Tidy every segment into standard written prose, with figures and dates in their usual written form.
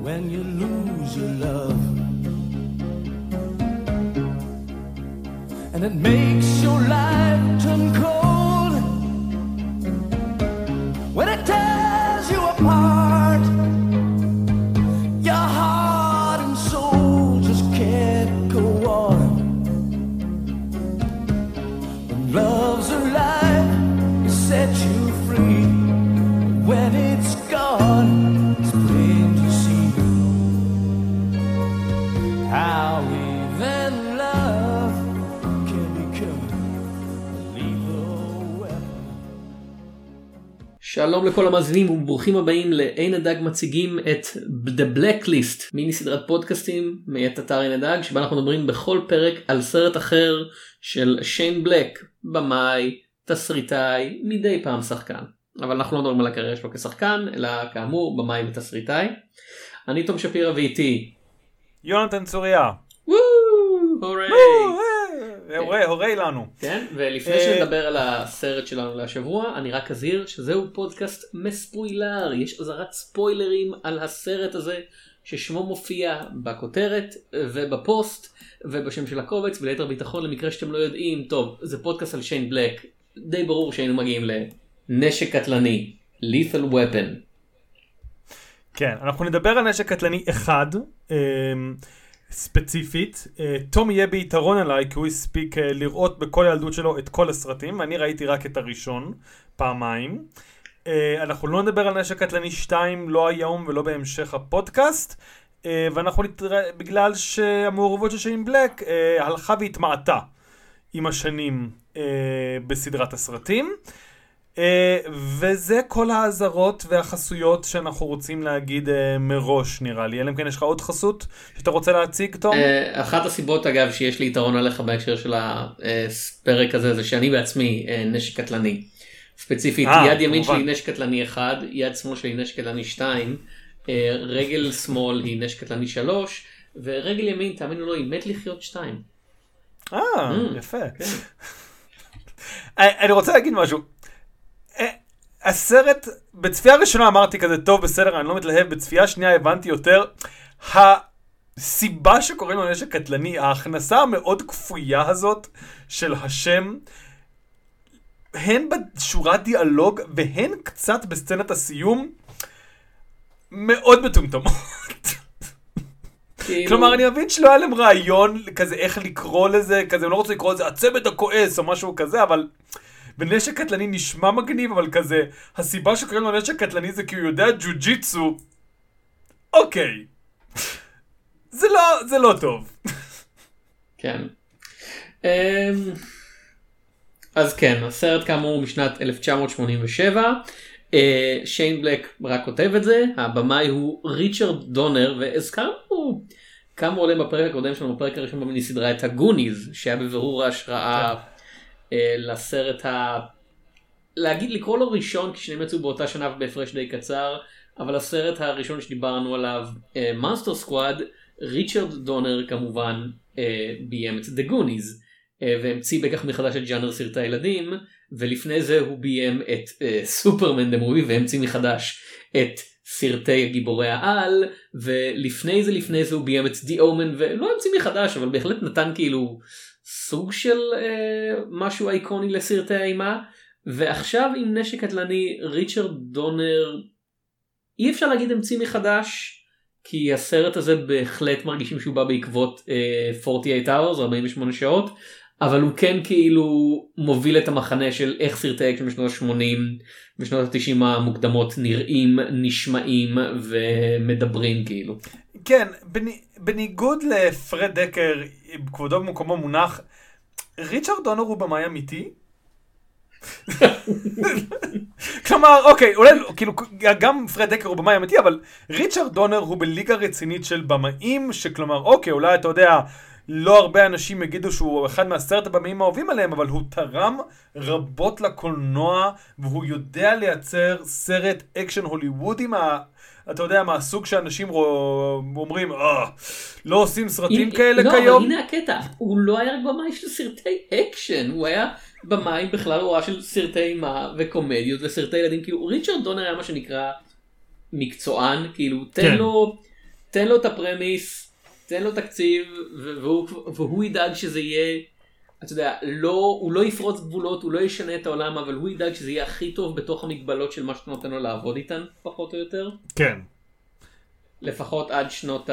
when you lose your love. And it makes your life turn cold when it tears you apart. Your heart and soul just can't go on. When love's alive, it sets you free. When it's gone, it's plain to see how even love can become a lethal weapon. שלום לכל המאזינים וברוכים הבאים לעין הדג מציגים את The Blacklist, מיני סדרת פודקאסטים מאת אתר עין הדג, שבה אנחנו מדברים בכל פרק על סרט אחר של שיין בלק, במאי, תסריטאי, מדי פעם שחקן. אבל אנחנו לא מדברים על הקריירה שלו כשחקן, אלא כאמור במאי ותסריטאי. אני תום שפירא ואיתי יונתן צוריה. הורי לנו. כן, ולפני שנדבר על הסרט שלנו להשבוע, אני רק אזהיר שזהו פודקאסט מספוילר. יש אזהרת ספוילרים על הסרט הזה, ששמו מופיע בכותרת ובפוסט ובשם של הקובץ, וליתר ביטחון למקרה שאתם לא יודעים. טוב, זה פודקאסט על שיין בלק, די ברור שהיינו מגיעים לנשק קטלני, lethal weapon. כן, אנחנו נדבר על נשק קטלני אחד, ספציפית. תום יהיה ביתרון עליי, כי הוא הספיק לראות בכל הילדות שלו את כל הסרטים, ואני ראיתי רק את הראשון, פעמיים. אנחנו לא נדבר על נשק קטלני 2, לא היום ולא בהמשך הפודקאסט, ואנחנו בגלל שהמעורבות של שיין בלק הלכה והתמעטה עם השנים בסדרת הסרטים. וזה כל האזהרות והחסויות שאנחנו רוצים להגיד מראש, נראה לי. אלא אם כן יש לך עוד חסות שאתה רוצה להציג, תום? אחת הסיבות אגב שיש לי יתרון עליך בהקשר של הפרק הזה, זה שאני בעצמי נשק קטלני. ספציפית, יד ימין שלי נשק קטלני 1, יד שמאל שלי נשק קטלני 2, רגל שמאל היא נשק קטלני 3, ורגל ימין, תאמינו לו, היא מת לחיות 2. יפה. אני רוצה להגיד משהו. הסרט, בצפייה ראשונה אמרתי כזה, טוב בסדר, אני לא מתלהב, בצפייה שנייה הבנתי יותר. הסיבה שקוראים לו נשק קטלני, ההכנסה המאוד כפויה הזאת של השם, הן בשורת דיאלוג והן קצת בסצנת הסיום, מאוד מטומטמות. כלומר, אני מבין שלא היה להם רעיון כזה איך לקרוא לזה, כזה, הם לא רוצים לקרוא לזה הצמד הכועס או משהו כזה, אבל ונשק קטלני נשמע מגניב, אבל כזה, הסיבה שקוראים לו נשק קטלני זה כי הוא יודע ג'ו-ג'יצו. אוקיי. זה לא טוב. כן. אז כן, הסרט כאמור משנת 1987. שיין בלק רק כותב את זה, הבמאי הוא ריצ'רד דונר, והזכרנו כמה עולה בפרק הקודם שלנו, בפרק הראשון במיני סדרה את הגוניז, שהיה בבירור ההשראה לסרט לקרוא לו ראשון, כי שניהם יצאו באותה שנה ובהפרש די קצר, אבל הסרט הראשון שדיברנו עליו, מונסטר סקוואד, ריצ'רד דונר כמובן ביים את The Goonies, והמציא בכך מחדש את ז'אנר סרטי הילדים, ולפני זה הוא ביים את סופרמן דה מובי, והמציא מחדש את סרטי גיבורי העל, ולפני זה הוא ביים את The Omen, ולא המציא מחדש, אבל בהחלט נתן כאילו סוג של משהו אייקוני לסרטי האימה. ועכשיו עם נשק קטלני, ריצ'רד דונר, אי אפשר להגיד המציא מחדש, כי הסרט הזה בהחלט מרגישים שהוא בא בעקבות 48 hours, 48 שעות, אבל הוא כן כאילו מוביל את המחנה של איך סרטי אקשן בשנות ה-80 ושנות ה-90 המוקדמות נראים, נשמעים ומדברים כאילו. כן, בניגוד לפרד דקר, כבודו במקומו מונח, ריצ'רד דונר הוא במאי אמיתי? כלומר, אוקיי, אולי, כאילו, גם פרד דקר הוא במאי אמיתי, אבל ריצ'רד דונר הוא בליגה רצינית של במאים, שכלומר, אוקיי, אולי אתה יודע, לא הרבה אנשים יגידו שהוא אחד מהסרט הבמאים האהובים עליהם, אבל הוא תרם רבות לקולנוע, והוא יודע לייצר סרט אקשן הוליוודי אתה יודע, מהסוג שאנשים אומרים, לא עושים סרטים כאלה לא, כיום. לא, אבל הנה הקטע, הוא לא היה רק במאי של סרטי אקשן, הוא היה במאי בכלל הוראה של סרטי אימה וקומדיות וסרטי ילדים, כאילו ריצ'רד דונר היה מה שנקרא מקצוען, כאילו תן לו תן לו את הפרמיס, תן לו תקציב, והוא ידאג שזה יהיה, אתה יודע, הוא לא יפרוץ גבולות, הוא לא ישנה את העולם, אבל הוא ידאג שזה יהיה הכי טוב בתוך המגבלות של מה שאתה נותן לו לעבוד איתן, פחות או יותר. כן. לפחות עד שנות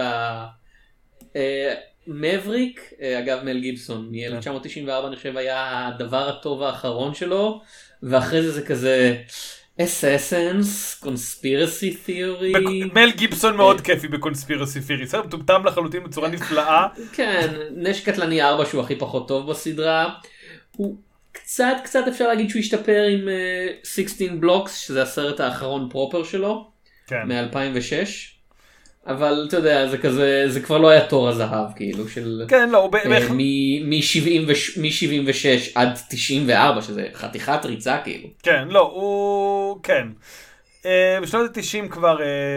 מבריק, אגב מל גיבסון, מ-1994 אני חושב היה הדבר הטוב האחרון שלו, ואחרי זה כזה אססנס, קונספירסי תיאורי. מל גיבסון מאוד כיפי בקונספירסי תיאורי, סרט מטומטם לחלוטין בצורה נפלאה. כן, נשק קטלני 4 שהוא הכי פחות טוב בסדרה. הוא קצת אפשר להגיד שהוא השתפר עם 16 בלוקס, שזה הסרט האחרון פרופר שלו, מ-2006. אבל אתה יודע, זה כבר לא היה תור הזהב, כאילו, של... כן, לא, מ-76 עד 94, שזה חתיכת ריצה, כאילו. כן, לא, כן. בשנות ה-90 כבר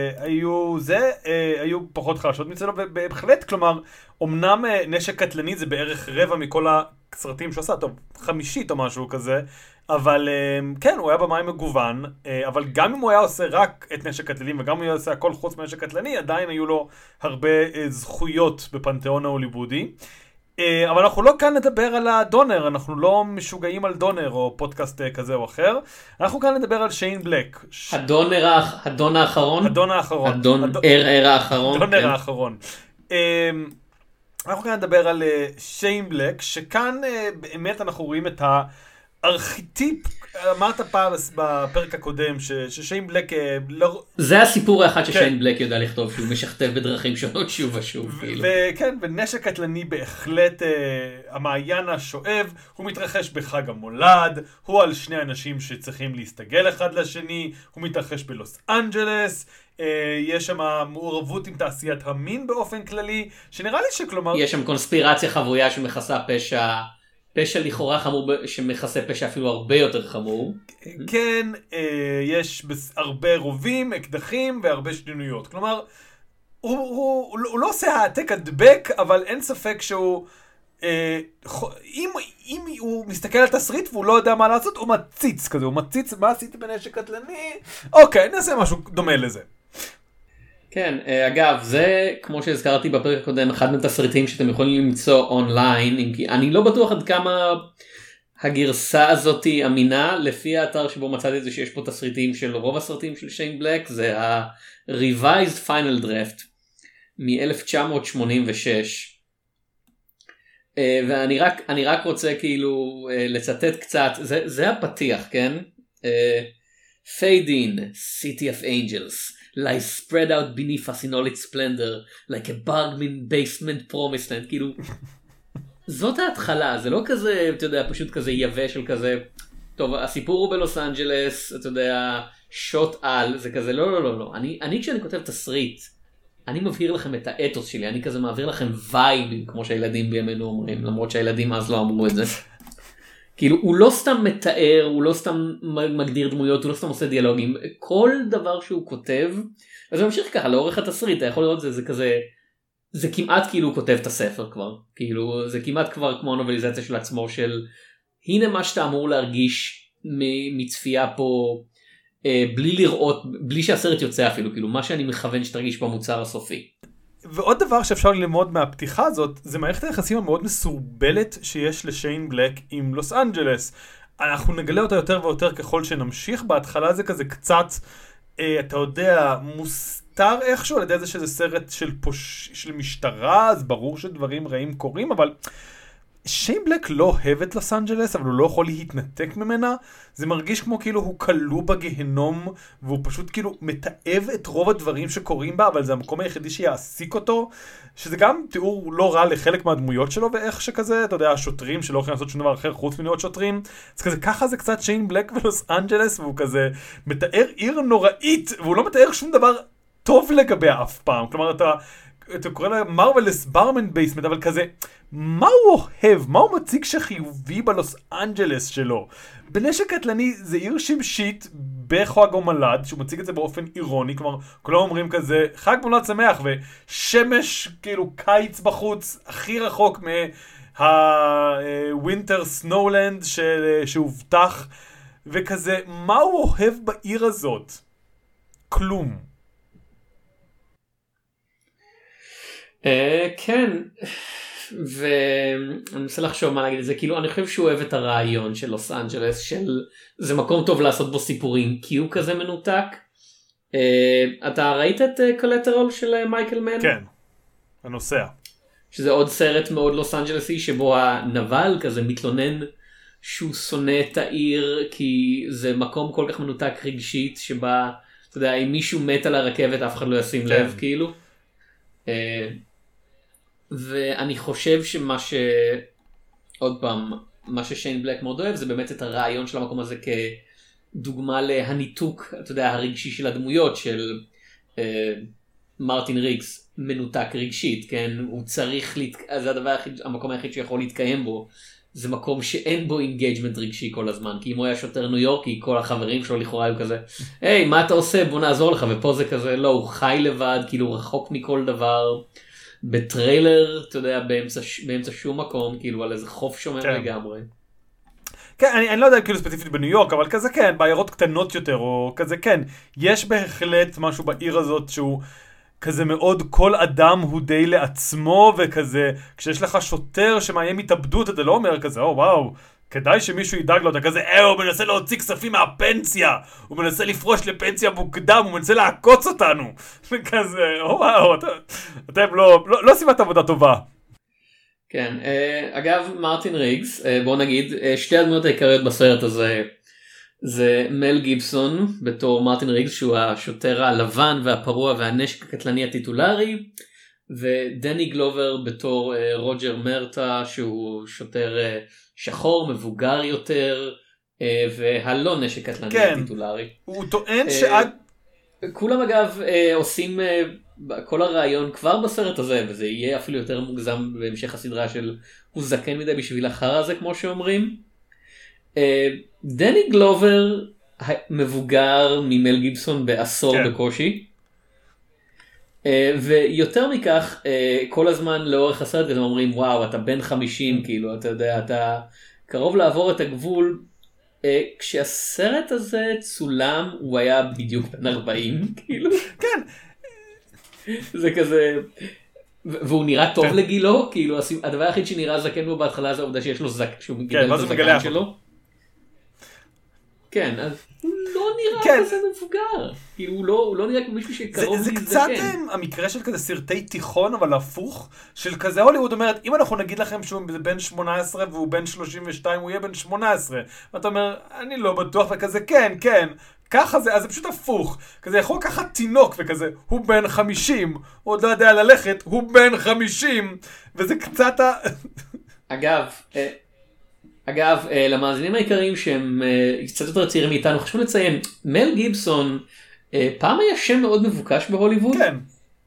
היו פחות חלשות מצלו, ובהחלט, כלומר, אמנם נשק קטלני זה בערך רבע מכל הסרטים שהוא עשה, טוב, 50 או משהו כזה, אבל כן, הוא היה במאי מגוון, אבל גם אם הוא היה עושה רק את נשק קטלני, וגם אם הוא היה עושה הכל חוץ מנשק קטלני, עדיין היו לו הרבה זכויות בפנתיאון ההוליוודי. אבל אנחנו לא כאן לדבר על הדונר, אנחנו לא משוגעים על דונר או פודקאסט כזה או אחר, אנחנו כאן לדבר על שיין בלק. הדון האחרון? הדון האחרון. הדון האחרון. הדונר האחרון. אנחנו כאן לדבר על שיין בלק, שכאן באמת אנחנו רואים את הארכיטיפ, אמרת פעם בפרק הקודם, ששיין בלק... זה הסיפור האחד ששיין בלק יודע לכתוב, שהוא משכתב בדרכים שונות שוב ושוב. וכן, ונשק קטלני בהחלט המעיין השואב, הוא מתרחש בחג המולד, הוא על שני אנשים שצריכים להסתגל אחד לשני, הוא מתרחש בלוס אנג'לס, יש שם מעורבות עם תעשיית המין באופן כללי, שנראה לי שכלומר... יש שם קונספירציה חבויה שמכסה פשע לכאורה חמור, שמכסה פשע אפילו הרבה יותר חמור. כן, יש הרבה רובים, אקדחים והרבה שדינויות. כלומר, הוא לא עושה העתק הדבק, אבל אין ספק שהוא... אם הוא מסתכל על תסריט והוא לא יודע מה לעשות, הוא מציץ כזה, הוא מציץ מה עשיתי בנשק קטלני, אוקיי, נעשה משהו דומה לזה. כן, אגב, זה, כמו שהזכרתי בפרק הקודם, אחד מהתסריטים שאתם יכולים למצוא אונליין, אם כי אני לא בטוח עד כמה הגרסה הזאת אמינה, לפי האתר שבו מצאתי את זה שיש פה תסריטים של רוב הסרטים של שיין בלק, זה ה-Revised Final Draft מ-1986. ואני רק רוצה כאילו לצטט קצת, זה הפתיח, כן? Fade in, City of Angels. Lies spread out beneath us in all its splendor, like a bargain basement promised land, כאילו, זאת ההתחלה, זה לא כזה, אתה יודע, פשוט כזה יבש של כזה, טוב, הסיפור הוא בלוס אנג'לס, אתה יודע, שוט על, זה כזה, לא, אני כשאני כותב תסריט, אני מבהיר לכם את האתוס שלי, אני כזה מעביר לכם וייבים, כמו שהילדים בימינו אומרים, למרות שהילדים אז לא אמרו את זה. כאילו, הוא לא סתם מתאר, הוא לא סתם מגדיר דמויות, הוא לא סתם עושה דיאלוגים, כל דבר שהוא כותב, אז הוא ממשיך ככה, לאורך התסריט, אתה יכול לראות זה כזה, זה כמעט כאילו הוא כותב את הספר כבר, כאילו, זה כמעט כבר כמו הנובליזציה של עצמו, של הנה מה שאתה אמור להרגיש מצפייה פה, בלי לראות, בלי שהסרט יוצא אפילו, כאילו, מה שאני מכוון שתרגיש במוצר הסופי. ועוד דבר שאפשר ללמוד מהפתיחה הזאת, זה מערכת היחסים המאוד מסורבלת שיש לשיין בלק עם לוס אנג'לס. אנחנו נגלה אותה יותר ויותר ככל שנמשיך. בהתחלה זה כזה קצת, אתה יודע, מוסתר איכשהו, על ידי זה שזה סרט של משטרה, אז ברור שדברים רעים קורים, אבל שיין בלק לא אוהב את לוס אנג'לס, אבל הוא לא יכול להתנתק ממנה. זה מרגיש כמו כאילו הוא כלוא בגהנום, והוא פשוט כאילו מתאב את רוב הדברים שקורים בה, אבל זה המקום היחידי שיעסיק אותו, שזה גם תיאור לא רע לחלק מהדמויות שלו, ואיך שכזה, אתה יודע, השוטרים שלא יכולים לעשות שום דבר אחר חוץ מלהיות שוטרים, אז כזה ככה זה קצת שיין בלק ולוס אנג'לס, והוא כזה מתאר עיר נוראית, והוא לא מתאר שום דבר טוב לגביה אף פעם. כלומר, אתה קורא לה מרוולס ברמן בייסמנט, אבל כזה, מה הוא אוהב? מה הוא מציג שחיובי בלוס אנג'לס שלו? בנשק קטלני זה עיר שמשית בחג המולד, שהוא מציג את זה באופן אירוני, כלומר, כולם אומרים כזה, חג מולד שמח, ושמש, כאילו, קיץ בחוץ, הכי רחוק מהווינטר סנולנד שהובטח, וכזה, מה הוא אוהב בעיר הזאת? כלום. כן, ואני מנסה לחשוב מה להגיד את זה, כאילו אני חושב שהוא אוהב את הרעיון של לוס אנג'לס, של זה מקום טוב לעשות בו סיפורים, כי הוא כזה מנותק. אתה ראית את קולטרול של מייקל מן? כן, הנוסע. שזה עוד סרט מאוד לוס אנג'לסי, שבו הנבל כזה מתלונן שהוא שונא את העיר, כי זה מקום כל כך מנותק רגשית, שבה, אתה יודע, אם מישהו מת על הרכבת, אף אחד לא ישים לב, כאילו. ואני חושב עוד פעם, מה ששיין בלק מאוד אוהב, זה באמת את הרעיון של המקום הזה כדוגמה להניתוק, אתה יודע, הרגשי של הדמויות של מרטין ריגס, מנותק רגשית, כן? הוא צריך, זה המקום היחיד שיכול להתקיים בו, זה מקום שאין בו אינגייג'מנט רגשי כל הזמן, כי אם הוא היה שוטר ניו יורקי, כל החברים שלו לכאורה היו כזה, היי, מה אתה עושה? בוא נעזור לך, ופה זה כזה, לא, הוא חי לבד, כאילו רחוק מכל דבר, בטריילר, אתה יודע, באמצע שום מקום, כאילו על איזה חוף שומר לגמרי. כן, אני לא יודע כאילו ספציפית בניו יורק, אבל כזה כן, בעיירות קטנות יותר, או כזה כן, יש בהחלט משהו בעיר הזאת שהוא כזה מאוד, כל אדם הוא די לעצמו, וכזה, כשיש לך שוטר שמאיים התאבדות, אתה לא אומר כזה, וואו, כדאי שמישהו ידאג לו, אתה כזה, הוא מנסה להוציא כספים מהפנסיה, הוא מנסה לפרוש לפנסיה מוקדם, הוא מנסה לעקוץ אותנו, וכזה, וואו, אתם לא עושים את עבודה טובה. כן, אגב, מרטין ריגס, בוא נגיד, שתי הדמויות העיקריות בסרט הזה, זה מל גיבסון בתור מרטין ריגס, שהוא השוטר הלבן והפרוע והנשק הקטלני הטיטולרי, ודני גלובר בתור רוג'ר מרטה, שהוא שוטר שחור, מבוגר יותר, והלא נשק קטלני הטיטולרי. הוא טוען שעד... כולם אגב עושים כל הרעיון כבר בסרט הזה, וזה יהיה אפילו יותר מוגזם בהמשך הסדרה של הוא זקן מדי בשביל החרא הזה, כמו שאומרים. דני גלובר מבוגר ממל גיבסון בעשור בקושי, ויותר מכך כל הזמן לאורך הסרט הם אומרים וואו אתה בן 50, כאילו אתה יודע אתה קרוב לעבור את הגבול. כשהסרט הזה צולם הוא היה בדיוק בן 40, כאילו כן, זה כזה, והוא נראה טוב לגילו, כאילו הדבר היחיד שנראה זקן בו בהתחלה זה העובדה שיש לו זק, שהוא מגדל את הזקן שלו. כן, אז הוא לא נראה כזה מבוגר, כאילו הוא לא נראה כמו מישהו שקרוב זה קצת המקרה של כזה סרטי תיכון, אבל הפוך, של כזה הוליווד אומרת, אם אנחנו נגיד לכם שהוא בן 18 והוא בן 32, הוא יהיה בן 18, ואתה אומר, אני לא בטוח, וכזה כן, ככה זה, אז זה פשוט הפוך, כזה יכול לקחת תינוק וכזה, הוא בן 50, הוא עוד לא יודע ללכת, הוא בן 50, וזה קצת אגב, למאזינים העיקריים שהם קצת יותר צעירים מאיתנו, חשוב לציין, מל גיבסון פעם היה שם מאוד מבוקש בהוליווד. כן.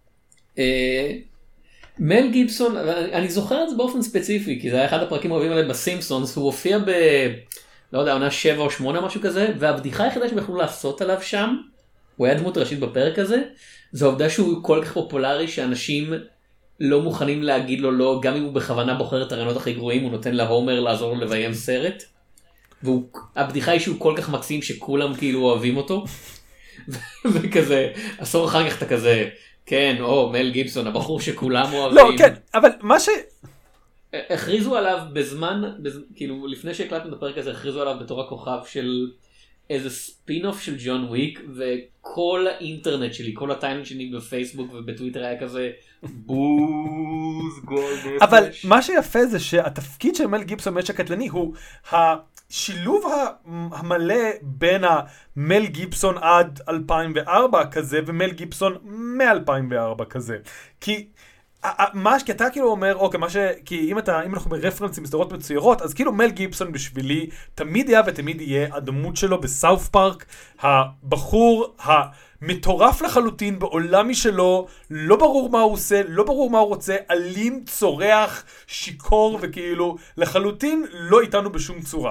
מל גיבסון, אני זוכר את זה באופן ספציפי, כי זה היה אחד הפרקים האוהבים עליהם בסימפסונס, הוא הופיע לא יודע, עונה 7 או 8 משהו כזה, והבדיחה היחידה שהם יכלו לעשות עליו שם, הוא היה דמות ראשית בפרק הזה, זו העובדה שהוא כל כך פופולרי שאנשים לא מוכנים להגיד לו לא, גם אם הוא בכוונה בוחר את הרעיונות הכי גרועים, הוא נותן להומר לעזור לו לביים סרט, והבדיחה היא שהוא כל כך מקסים שכולם כאילו אוהבים אותו, וכזה, עשור אחר כך אתה כזה, כן, מל גיבסון, הבחור שכולם אוהבים. לא, כן, אבל מה הכריזו עליו כאילו לפני שהקלטנו את הפרק הזה, הכריזו עליו בתור הכוכב של איזה ספין-אוף של ג'ון וויק, וכל האינטרנט שלי, כל הטיינל שלי בפייסבוק ובטוויטר היה כזה בוז גולדפלש. אבל מה שיפה זה שהתפקיד של מל גיבסון בנשק קטלני הוא השילוב המלא בין המל גיבסון עד 2004 כזה ומל גיבסון מ-2004 כזה. כי כי אתה כאילו אומר, אוקיי, כי אם אנחנו ברפרנסים בסדרות מצוירות, אז כאילו מל גיבסון בשבילי תמיד היה ותמיד יהיה הדמות שלו בסאוף פארק, הבחור המטורף לחלוטין בעולם משלו, לא ברור מה הוא עושה, לא ברור מה הוא רוצה, אלים, צורח, שיקור, וכאילו לחלוטין לא איתנו בשום צורה.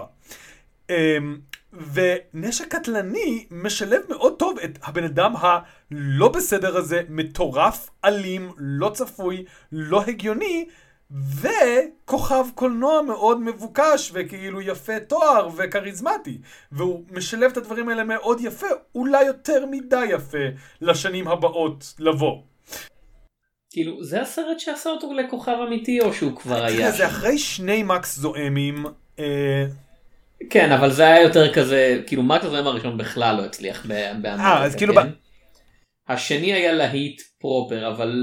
ונשק קטלני משלב מאוד טוב את הבן אדם הלא בסדר הזה, מטורף, אלים, לא צפוי, לא הגיוני, וכוכב קולנוע מאוד מבוקש וכאילו יפה תואר וקריזמטי, והוא משלב את הדברים האלה מאוד יפה, אולי יותר מדי יפה לשנים הבאות לבוא. כאילו, זה הסרט שעשה אותו לכוכב אמיתי, או שהוא כבר היה? זה אחרי 2 מקס זועמים. כן, אבל זה היה יותר כזה, כאילו, מקס הזוהם הראשון בכלל לא הצליח באמריקה, אז כאילו... כן? השני היה להיט פרופר, אבל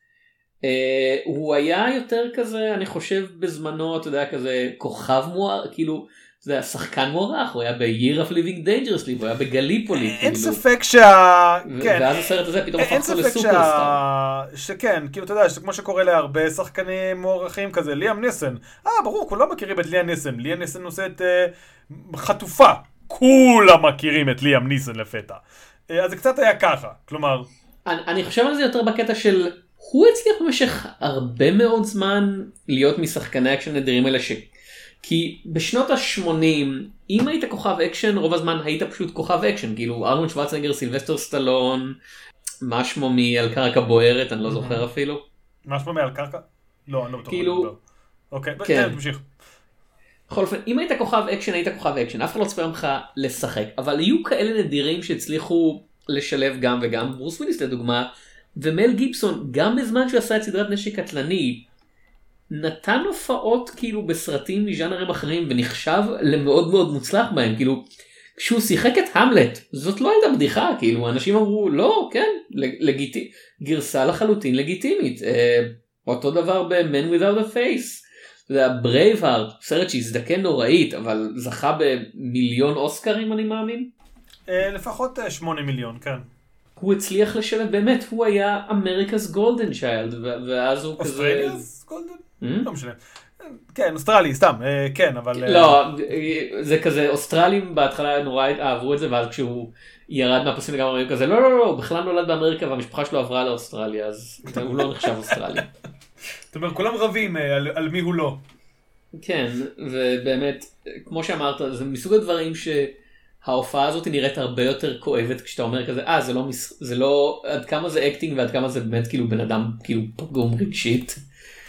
הוא היה יותר כזה, אני חושב בזמנו, אתה יודע, כזה כוכב מואר, כאילו, זה היה שחקן מוערך, הוא היה ב-Year of Living Dangerously, הוא היה בגליפולי. אין כאילו. ספק ואז הסרט הזה פתאום הפך אותו לסופרסטאר. שכן, כאילו אתה יודע, כמו שקורה להרבה שחקנים מוערכים כזה, ליאם ניסן. ברור, כולם מכירים את ליאם ניסן. ליאם ניסן עושה את חטופה. כולם מכירים את ליאם ניסן לפתע. אז זה קצת היה ככה, כלומר... אני חושב על זה יותר בקטע של... הוא הצליח במשך הרבה מאוד זמן להיות משחקני אקשן נדירים האלה כי בשנות ה-80, אם היית כוכב אקשן, רוב הזמן היית פשוט כוכב אקשן, כאילו ארנולד שוורצנגר, סילבסטר סטלון, מה שמו על קרקע בוערת, אני לא זוכר אפילו. מה שמו על קרקע? לא, אני לא בטוח. כאילו, אוקיי, כן. תמשיך. בכל אופן, אם היית כוכב אקשן, היית כוכב אקשן, אף אחד לא צפה ממך לשחק, אבל יהיו כאלה נדירים שהצליחו לשלב גם וגם, ברוס וויליס לדוגמה, ומל גיבסון, גם בזמן שהוא עשה את סדרת נשק קטלני, נתן הופעות כאילו בסרטים מז'אנרים אחרים ונחשב למאוד מאוד מוצלח בהם, כאילו כשהוא שיחק את המלט זאת לא הייתה בדיחה, כאילו אנשים אמרו לא, כן, גרסה לחלוטין לגיטימית, אותו דבר ב-Man Without a Face, זה ברייבהארט, סרט שהזדקן נוראית אבל זכה במיליון אוסקרים אני מאמין, לפחות 8 מיליון, כן. הוא הצליח לשלב, באמת הוא היה אמריקא's golden child, ואז הוא כזה... Australia's golden? לא משנה. כן, אוסטרלי, סתם, כן, אבל... לא, זה כזה, אוסטרלים בהתחלה נורא אהבו את זה, ואז כשהוא ירד מהפסים לגמרי, הוא כזה, לא, לא, לא, הוא בכלל נולד באמריקה, והמשפחה שלו עברה לאוסטרליה, אז הוא לא נחשב אוסטרלי. זאת אומרת, כולם רבים על מי הוא לא. כן, ובאמת, כמו שאמרת, זה מסוג הדברים שההופעה הזאת נראית הרבה יותר כואבת, כשאתה אומר כזה, זה לא, עד כמה זה אקטינג, ועד כמה זה באמת כאילו בן אדם, כאילו פגום רגשית.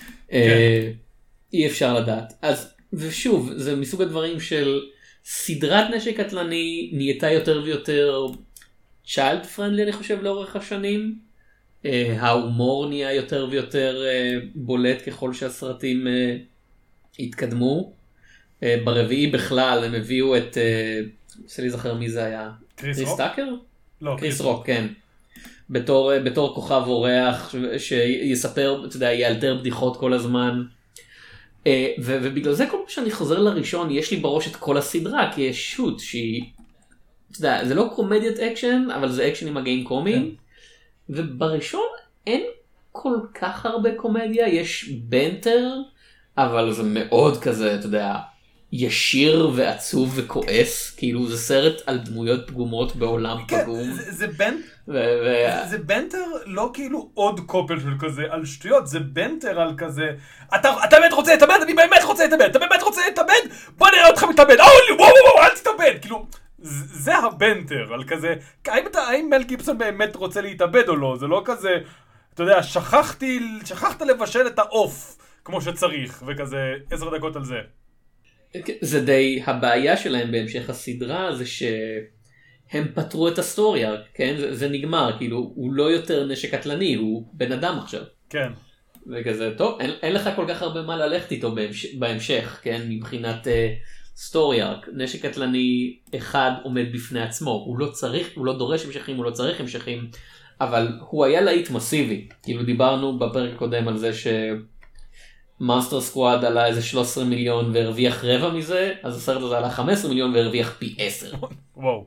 אי אפשר לדעת. אז, ושוב, זה מסוג הדברים של סדרת נשק קטלני נהייתה יותר ויותר child friendly, אני חושב, לאורך השנים. ההומור נהיה יותר ויותר בולט ככל שהסרטים התקדמו. ברביעי בכלל הם הביאו את, עושה לי זכר מי זה היה? קריס טאקר? לא, קריס רוק, כן. בתור כוכב אורח שיספר, אתה יודע, יאלתר בדיחות כל הזמן. ובגלל זה כל פעם שאני חוזר לראשון יש לי בראש את כל הסדרה, כי יש שוט שהיא, אתה יודע, זה לא קומדיית אקשן, אבל זה אקשן עם מגעים קומיים. ובראשון אין כל כך הרבה קומדיה, יש בנטר, אבל זה מאוד כזה, אתה יודע, ישיר ועצוב וכועס, כאילו זה סרט על דמויות פגומות בעולם פגום. זה בנטר לא כאילו עוד קופל של כזה על שטויות, זה בנטר על כזה, אתה באמת רוצה להתאבד? אני באמת רוצה להתאבד, אתה באמת רוצה להתאבד? בוא נראה אותך מתאבד, וואו, אל תתאבד, כאילו, זה הבנטר על כזה, האם מל גיבסון באמת רוצה להתאבד או לא, זה לא כזה, אתה יודע, שכחת לבשל את העוף כמו שצריך, וכזה 10 דקות על זה. זה די, הבעיה שלהם בהמשך הסדרה זה שהם פתרו את הסטוריה, כן? זה נגמר, כאילו, הוא לא יותר נשק קטלני, הוא בן אדם עכשיו. כן. וכזה, טוב, אין לך כל כך הרבה מה ללכת איתו בהמשך, כן? מבחינת סטוריה, נשק קטלני אחד עומד בפני עצמו, הוא לא דורש המשכים, הוא לא צריך המשכים, אבל הוא היה להיט מסיבי. כאילו דיברנו בפרק הקודם על זה מונסטר סקוואד עלה איזה 13 מיליון והרוויח רבע מזה, אז הסרט הזה עלה 15 מיליון והרוויח פי 10. וואו.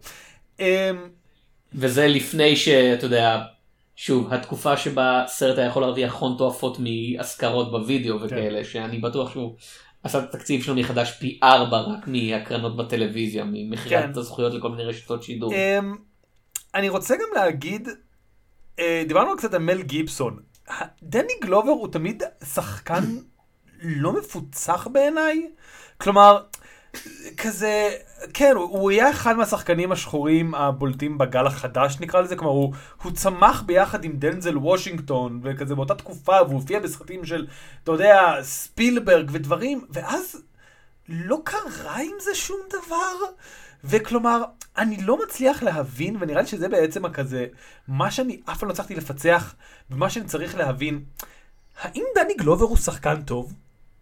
וזה לפני שאתה יודע, שוב, התקופה שבה סרט היה יכול להרוויח הון תועפות מהשכרות בווידאו וכאלה, שאני בטוח שהוא עשה את התקציב שלו מחדש פי 4 רק מהקרנות בטלוויזיה, ממכירת הזכויות לכל מיני רשתות שידור. אני רוצה גם להגיד, דיברנו קצת על מל גיבסון, דני גלובר הוא תמיד שחקן לא מפוצח בעיניי, כלומר, כזה, כן, הוא היה אחד מהשחקנים השחורים הבולטים בגל החדש, נקרא לזה, כלומר, הוא צמח ביחד עם דנזל וושינגטון, וכזה באותה תקופה, והוא הופיע בסרטים של, אתה יודע, ספילברג ודברים, ואז לא קרה עם זה שום דבר, וכלומר, אני לא מצליח להבין, ונראה לי שזה בעצם הכזה, מה שאני אף פעם לא צריכתי לפצח, ומה שאני צריך להבין, האם דני גלובר הוא שחקן טוב?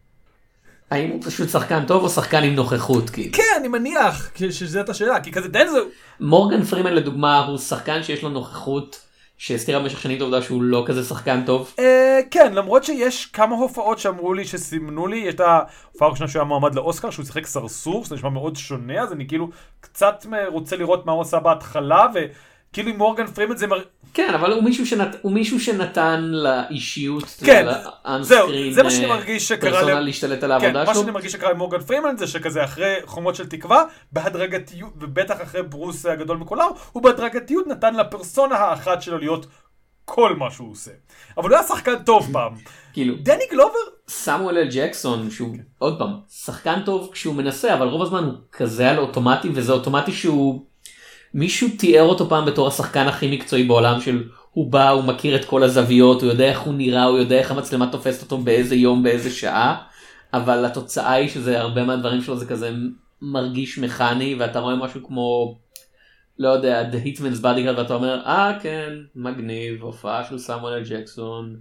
האם הוא פשוט שחקן טוב או שחקן עם נוכחות? כאילו? כן, אני מניח שזאת השאלה, כי כזה דנזל... מורגן פרימן לדוגמה הוא שחקן שיש לו נוכחות שהסתירה במשך שנים את העובדה שהוא לא כזה שחקן טוב. כן, למרות שיש כמה הופעות שאמרו לי, שסימנו לי, יש את ההופעה הראשונה שהוא היה מועמד לאוסקר, שהוא שיחק סרסור, זה נשמע מאוד שונה, אז אני כאילו קצת רוצה לראות מה הוא עושה בהתחלה, וכאילו עם מורגן פרימן זה... כן, אבל הוא מישהו שנתן לאישיות, כן, זהו, זה מה שאני מרגיש שקרה פרסונל להשתלט על העבודה מה שלו. שאני מרגיש שקרה עם מורגן פרימן זה שכזה אחרי חומות של תקווה, בהדרגתיות, ובטח אחרי ברוס הגדול מכולם, הוא בהדרגתיות נתן לפרסונה האחת שלו להיות כל מה שהוא עושה. אבל הוא היה שחקן טוב פעם. כאילו, דני גלובר? סמואל אל ג'קסון, שהוא עוד פעם, שחקן טוב כשהוא מנסה, אבל רוב הזמן הוא כזה על אוטומטי, וזה אוטומטי שהוא... מישהו תיאר אותו פעם בתור השחקן הכי מקצועי בעולם של הוא בא, הוא מכיר את כל הזוויות, הוא יודע איך הוא נראה, הוא יודע איך המצלמה תופסת אותו באיזה יום, באיזה שעה, אבל התוצאה היא שזה הרבה מהדברים שלו זה כזה מרגיש מכני, ואתה רואה משהו כמו, לא יודע, The Hitman's Bodyguard, ואתה אומר, כן, מגניב, הופעה של סמואל אל ג'קסון,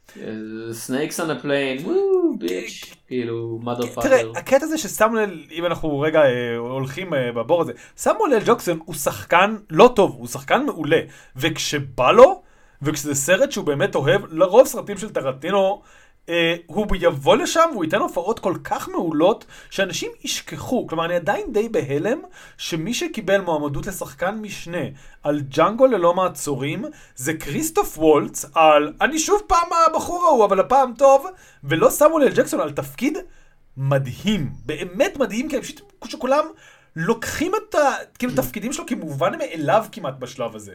Snakes on a plane, וואו, ביץ', כאילו, motherfucker. תראה, הקטע זה שסמואל, אם אנחנו רגע הולכים בבור הזה, סמואל אל ג'קסון הוא שחקן לא טוב, הוא שחקן מעולה, וכשבא לו, וכשזה סרט שהוא באמת אוהב, לרוב סרטים של טרנטינו, הוא יבוא לשם והוא ייתן הופעות כל כך מעולות שאנשים ישכחו. כלומר, אני עדיין די בהלם שמי שקיבל מועמדות לשחקן משנה על ג'אנגו ללא מעצורים זה כריסטוף וולץ על אני שוב פעם הבחור ההוא אבל הפעם טוב, ולא סמואל אל ג'קסון על תפקיד מדהים, באמת מדהים, כי פשוט שכולם לוקחים את כאילו, תפקידים שלו כמובן מאליו כמעט בשלב הזה.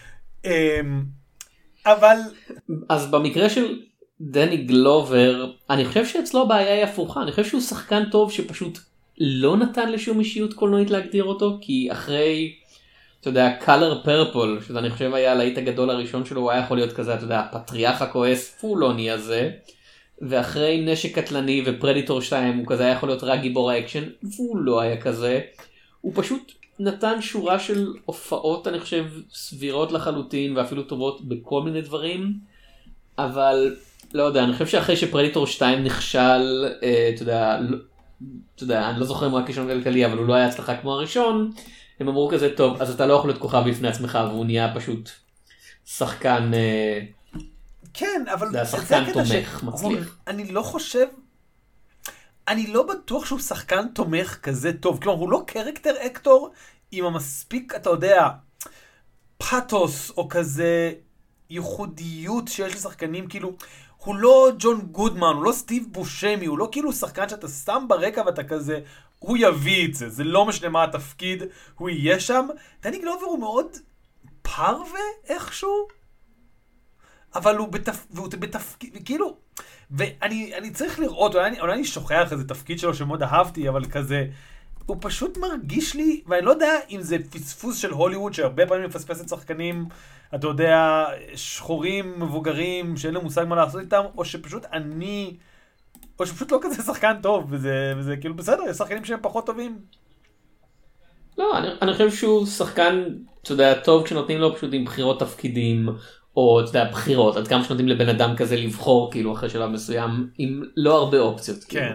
אבל... אז במקרה של דני גלובר, אני חושב שאצלו הבעיה היא הפוכה, אני חושב שהוא שחקן טוב שפשוט לא נתן לשום אישיות קולנועית להגדיר אותו, כי אחרי, אתה יודע, Color Purple, שזה אני חושב היה הלהיט הגדול הראשון שלו, הוא היה יכול להיות כזה, אתה יודע, הפטריאח הכועס פולוני הזה, ואחרי נשק קטלני ופרדיטור 2, הוא כזה היה יכול להיות רק גיבור האקשן, והוא לא היה כזה, הוא פשוט נתן שורה של הופעות, אני חושב, סבירות לחלוטין, ואפילו טובות בכל מיני דברים, אבל... לא יודע, אני חושב שאחרי שפרדיטור 2 נכשל, אתה יודע, אני לא זוכר מה הכישלון כלכלי, אבל הוא לא היה הצלחה כמו הראשון, הם אמרו כזה, טוב, אז אתה לא יכול להיות כוכב בפני עצמך, והוא נהיה פשוט שחקן, כן, אבל זה השחקן תומך, מצליח. אני לא חושב, אני לא בטוח שהוא שחקן תומך כזה טוב, כלומר, הוא לא קרקטר אקטור עם המספיק, אתה יודע, פאטוס או כזה ייחודיות שיש לשחקנים, כאילו, הוא לא ג'ון גודמן, הוא לא סטיב בושמי, הוא לא כאילו שחקן שאתה שם ברקע ואתה כזה, הוא יביא את זה, זה לא משנה מה התפקיד, הוא יהיה שם. דני גלובר הוא מאוד פרווה איכשהו, אבל הוא בתפקיד, כאילו, ואני צריך לראות, אולי אני שוכח איזה תפקיד שלו שמאוד אהבתי, אבל כזה, הוא פשוט מרגיש לי, ואני לא יודע אם זה פספוס של הוליווד, שהרבה פעמים מפספסת שחקנים, אתה יודע, שחורים, מבוגרים, שאין להם מושג מה לעשות איתם, או שפשוט לא כזה שחקן טוב, וזה כאילו בסדר, יש שחקנים שהם פחות טובים. לא, אני חושב שהוא שחקן, אתה יודע, טוב כשנותנים לו פשוט עם בחירות תפקידים, או אתה יודע, בחירות, עד כמה שנותנים לבן אדם כזה לבחור, כאילו, אחרי שלב מסוים, עם לא הרבה אופציות. כן.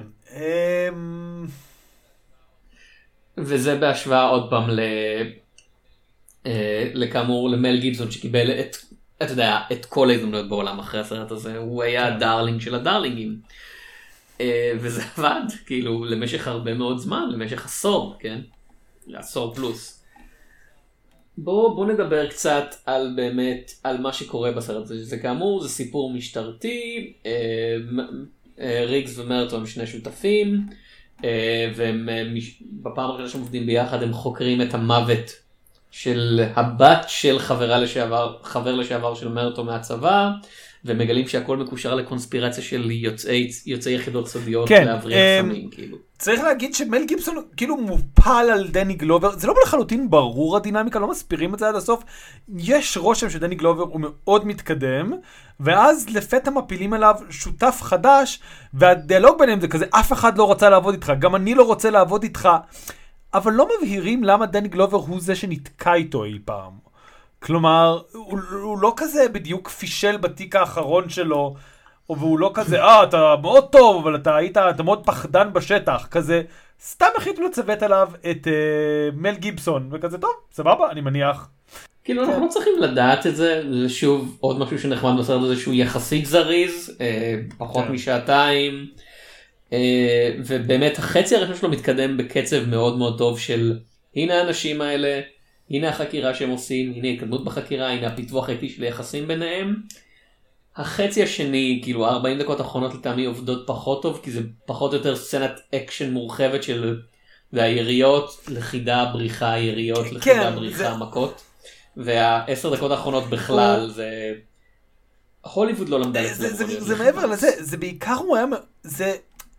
וזה בהשוואה עוד פעם לכאמור למל גיבסון שקיבל אתה יודע, את כל ההזדמנויות בעולם אחרי הסרט הזה, הוא היה הדארלינג של הדארלינגים. וזה עבד, כאילו, למשך הרבה מאוד זמן, למשך עשור, כן? עשור פלוס. בוא נדבר קצת על באמת, על מה שקורה בסרט הזה. זה כאמור, זה סיפור משטרתי, ריגס ומרטו הם שני שותפים, והם בפעם הראשונה שהם עובדים ביחד הם חוקרים את המוות של הבת של חבר לשעבר של מרטו מהצבא, ומגלים שהכל מקושר לקונספירציה של יוצאי יחידות סודיות כן, להבריח סמים, כאילו. צריך להגיד שמל גיבסון כאילו מופל על דני גלובר, זה לא לחלוטין ברור הדינמיקה, לא מספירים את זה עד הסוף, יש רושם שדני גלובר הוא מאוד מתקדם, ואז לפתע מפילים עליו שותף חדש, והדיאלוג ביניהם זה כזה, אף אחד לא רוצה לעבוד איתך, גם אני לא רוצה לעבוד איתך, אבל לא מבהירים למה דני גלובר הוא זה שנתקע איתו אי פעם. כלומר, הוא לא כזה בדיוק פישל בתיק האחרון שלו, והוא לא כזה, אתה מאוד טוב, אבל אתה מאוד פחדן בשטח, כזה, סתם החליטו לצוות עליו את מל גיבסון, וכזה, טוב, סבבה, אני מניח. כאילו, אנחנו לא צריכים לדעת את זה, זה שוב עוד משהו שנחמד בסרט הזה, שהוא יחסית זריז, פחות משעתיים, ובאמת החצי הראשון שלו מתקדם בקצב מאוד מאוד טוב של, הנה האנשים האלה, הנה החקירה שהם עושים, הנה התקדמות בחקירה, הנה הפיתוח האיטי של היחסים ביניהם. החצי השני, כאילו 40 דקות האחרונות לטעמי עובדות פחות טוב, כי זה פחות או יותר סצנת אקשן מורחבת של היריות, לכידה, בריחה, יריות, לכידה, בריחה, מכות. וה10 דקות האחרונות בכלל, זה... הוליווד לא למדה את זה. זה מעבר לזה, זה בעיקר הוא היה... זה...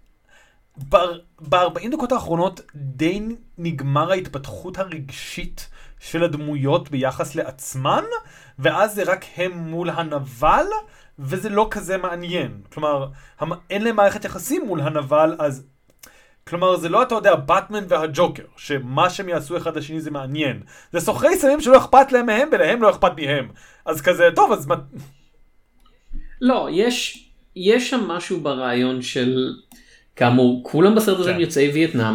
ב-40 דקות האחרונות די נגמר ההתפתחות הרגשית של הדמויות ביחס לעצמן, ואז זה רק הם מול הנבל, וזה לא כזה מעניין. כלומר, אין להם מערכת יחסים מול הנבל, אז... כלומר, זה לא, אתה יודע, באטמן והג'וקר, שמה שהם יעשו אחד לשני זה מעניין. זה סוחרי סמים שלא אכפת להם מהם, ולהם לא אכפת מהם. אז כזה, טוב, אז... לא, יש שם משהו ברעיון של... כאמור, כולם בסרט הזה יוצאי וייטנאם,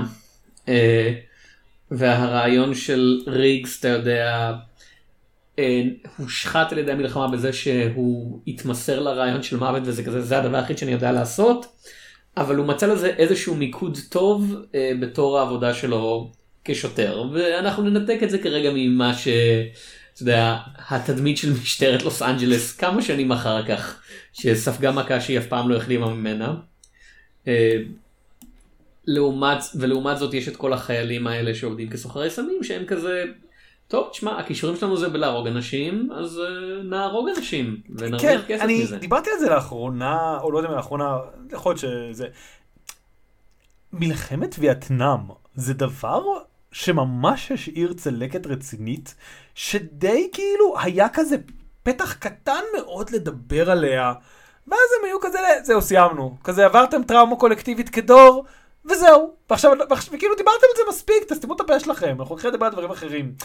והרעיון של ריגס, אתה יודע, הושחת על ידי המלחמה בזה שהוא התמסר לרעיון של מוות, וזה כזה, זה הדבר הכי שאני יודע לעשות, אבל הוא מצא לזה איזשהו מיקוד טוב בתור העבודה שלו כשוטר, ואנחנו ננתק את זה כרגע ממה ש... אתה יודע, התדמית של משטרת לוס אנג'לס כמה שנים אחר כך, שספגה מכה שהיא אף פעם לא החלימה ממנה. ולעומת זאת יש את כל החיילים האלה שעובדים כסוחרי סמים שהם כזה, טוב תשמע, הכישורים שלנו זה בלהרוג אנשים, אז נהרוג אנשים ונרוויח כסף מזה. אני דיברתי על זה לאחרונה, או לא יודע לאחרונה, יכול להיות שזה מלחמת וייטנאם זה דבר שממש השאיר צלקת רצינית, שדי כאילו היה כזה פתח קטן מאוד לדבר עליה, ואז הם היו כזה, זהו, סיימנו. כזה עברתם טראומה קולקטיבית כדור, וזהו. ועכשיו, וכאילו דיברתם על זה מספיק, תסתימו את הפה שלכם, אנחנו הולכים לדבר על דברים אחרים.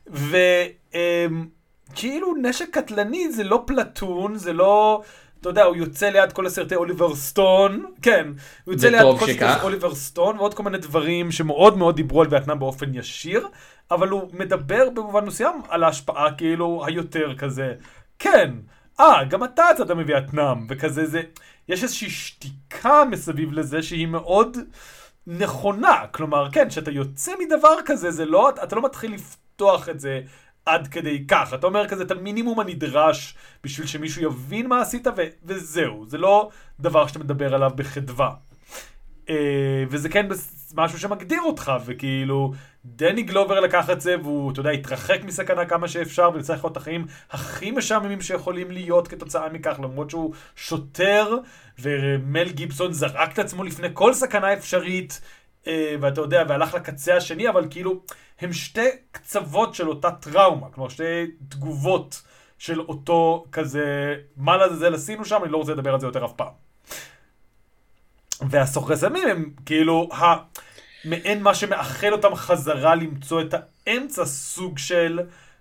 וכאילו נשק קטלני זה לא פלטון, זה לא, אתה יודע, הוא יוצא ליד כל הסרטי אוליבר סטון, כן, הוא יוצא ליד כל הסרטי אוליבר סטון, ועוד כל מיני דברים שמאוד מאוד דיברו על וייטנאם באופן ישיר, אבל הוא מדבר במובן מסוים על ההשפעה כאילו היותר כזה, כן, גם אתה יצאת מווייטנאם, וכזה זה, יש איזושהי שתיקה מסביב לזה שהיא מאוד נכונה, כלומר, כן, שאתה יוצא מדבר כזה, זה לא, אתה לא מתחיל לפתוח את זה עד כדי כך, אתה אומר כזה, את המינימום הנדרש בשביל שמישהו יבין מה עשית, וזהו, זה לא דבר שאתה מדבר עליו בחדווה. וזה כן משהו שמגדיר אותך, וכאילו, דני גלובר לקח את זה, והוא, אתה יודע, התרחק מסכנה כמה שאפשר, ולצריך להיות החיים הכי משעממים שיכולים להיות כתוצאה מכך, למרות שהוא שוטר, ומל גיבסון זרק את עצמו לפני כל סכנה אפשרית, ואתה יודע, והלך לקצה השני, אבל כאילו, הם שתי קצוות של אותה טראומה, כלומר, שתי תגובות של אותו כזה, מה לזה עשינו שם, אני לא רוצה לדבר על זה יותר אף פעם. והסוחרי סמים הם כאילו מעין מה שמאחל אותם חזרה למצוא את האמצע, סוג של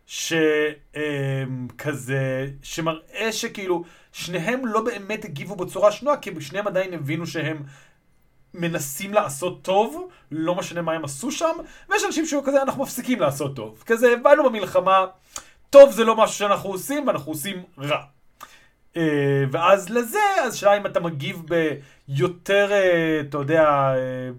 כזה שמראה שכאילו שניהם לא באמת הגיבו בצורה שנועה, כי שניהם עדיין הבינו שהם מנסים לעשות טוב, לא משנה מה הם עשו שם, ויש אנשים שהוא כזה, אנחנו מפסיקים לעשות טוב, כזה באנו במלחמה, טוב זה לא משהו שאנחנו עושים, ואנחנו עושים רע. ואז לזה, אז שאלה אם אתה מגיב ביותר, אתה יודע,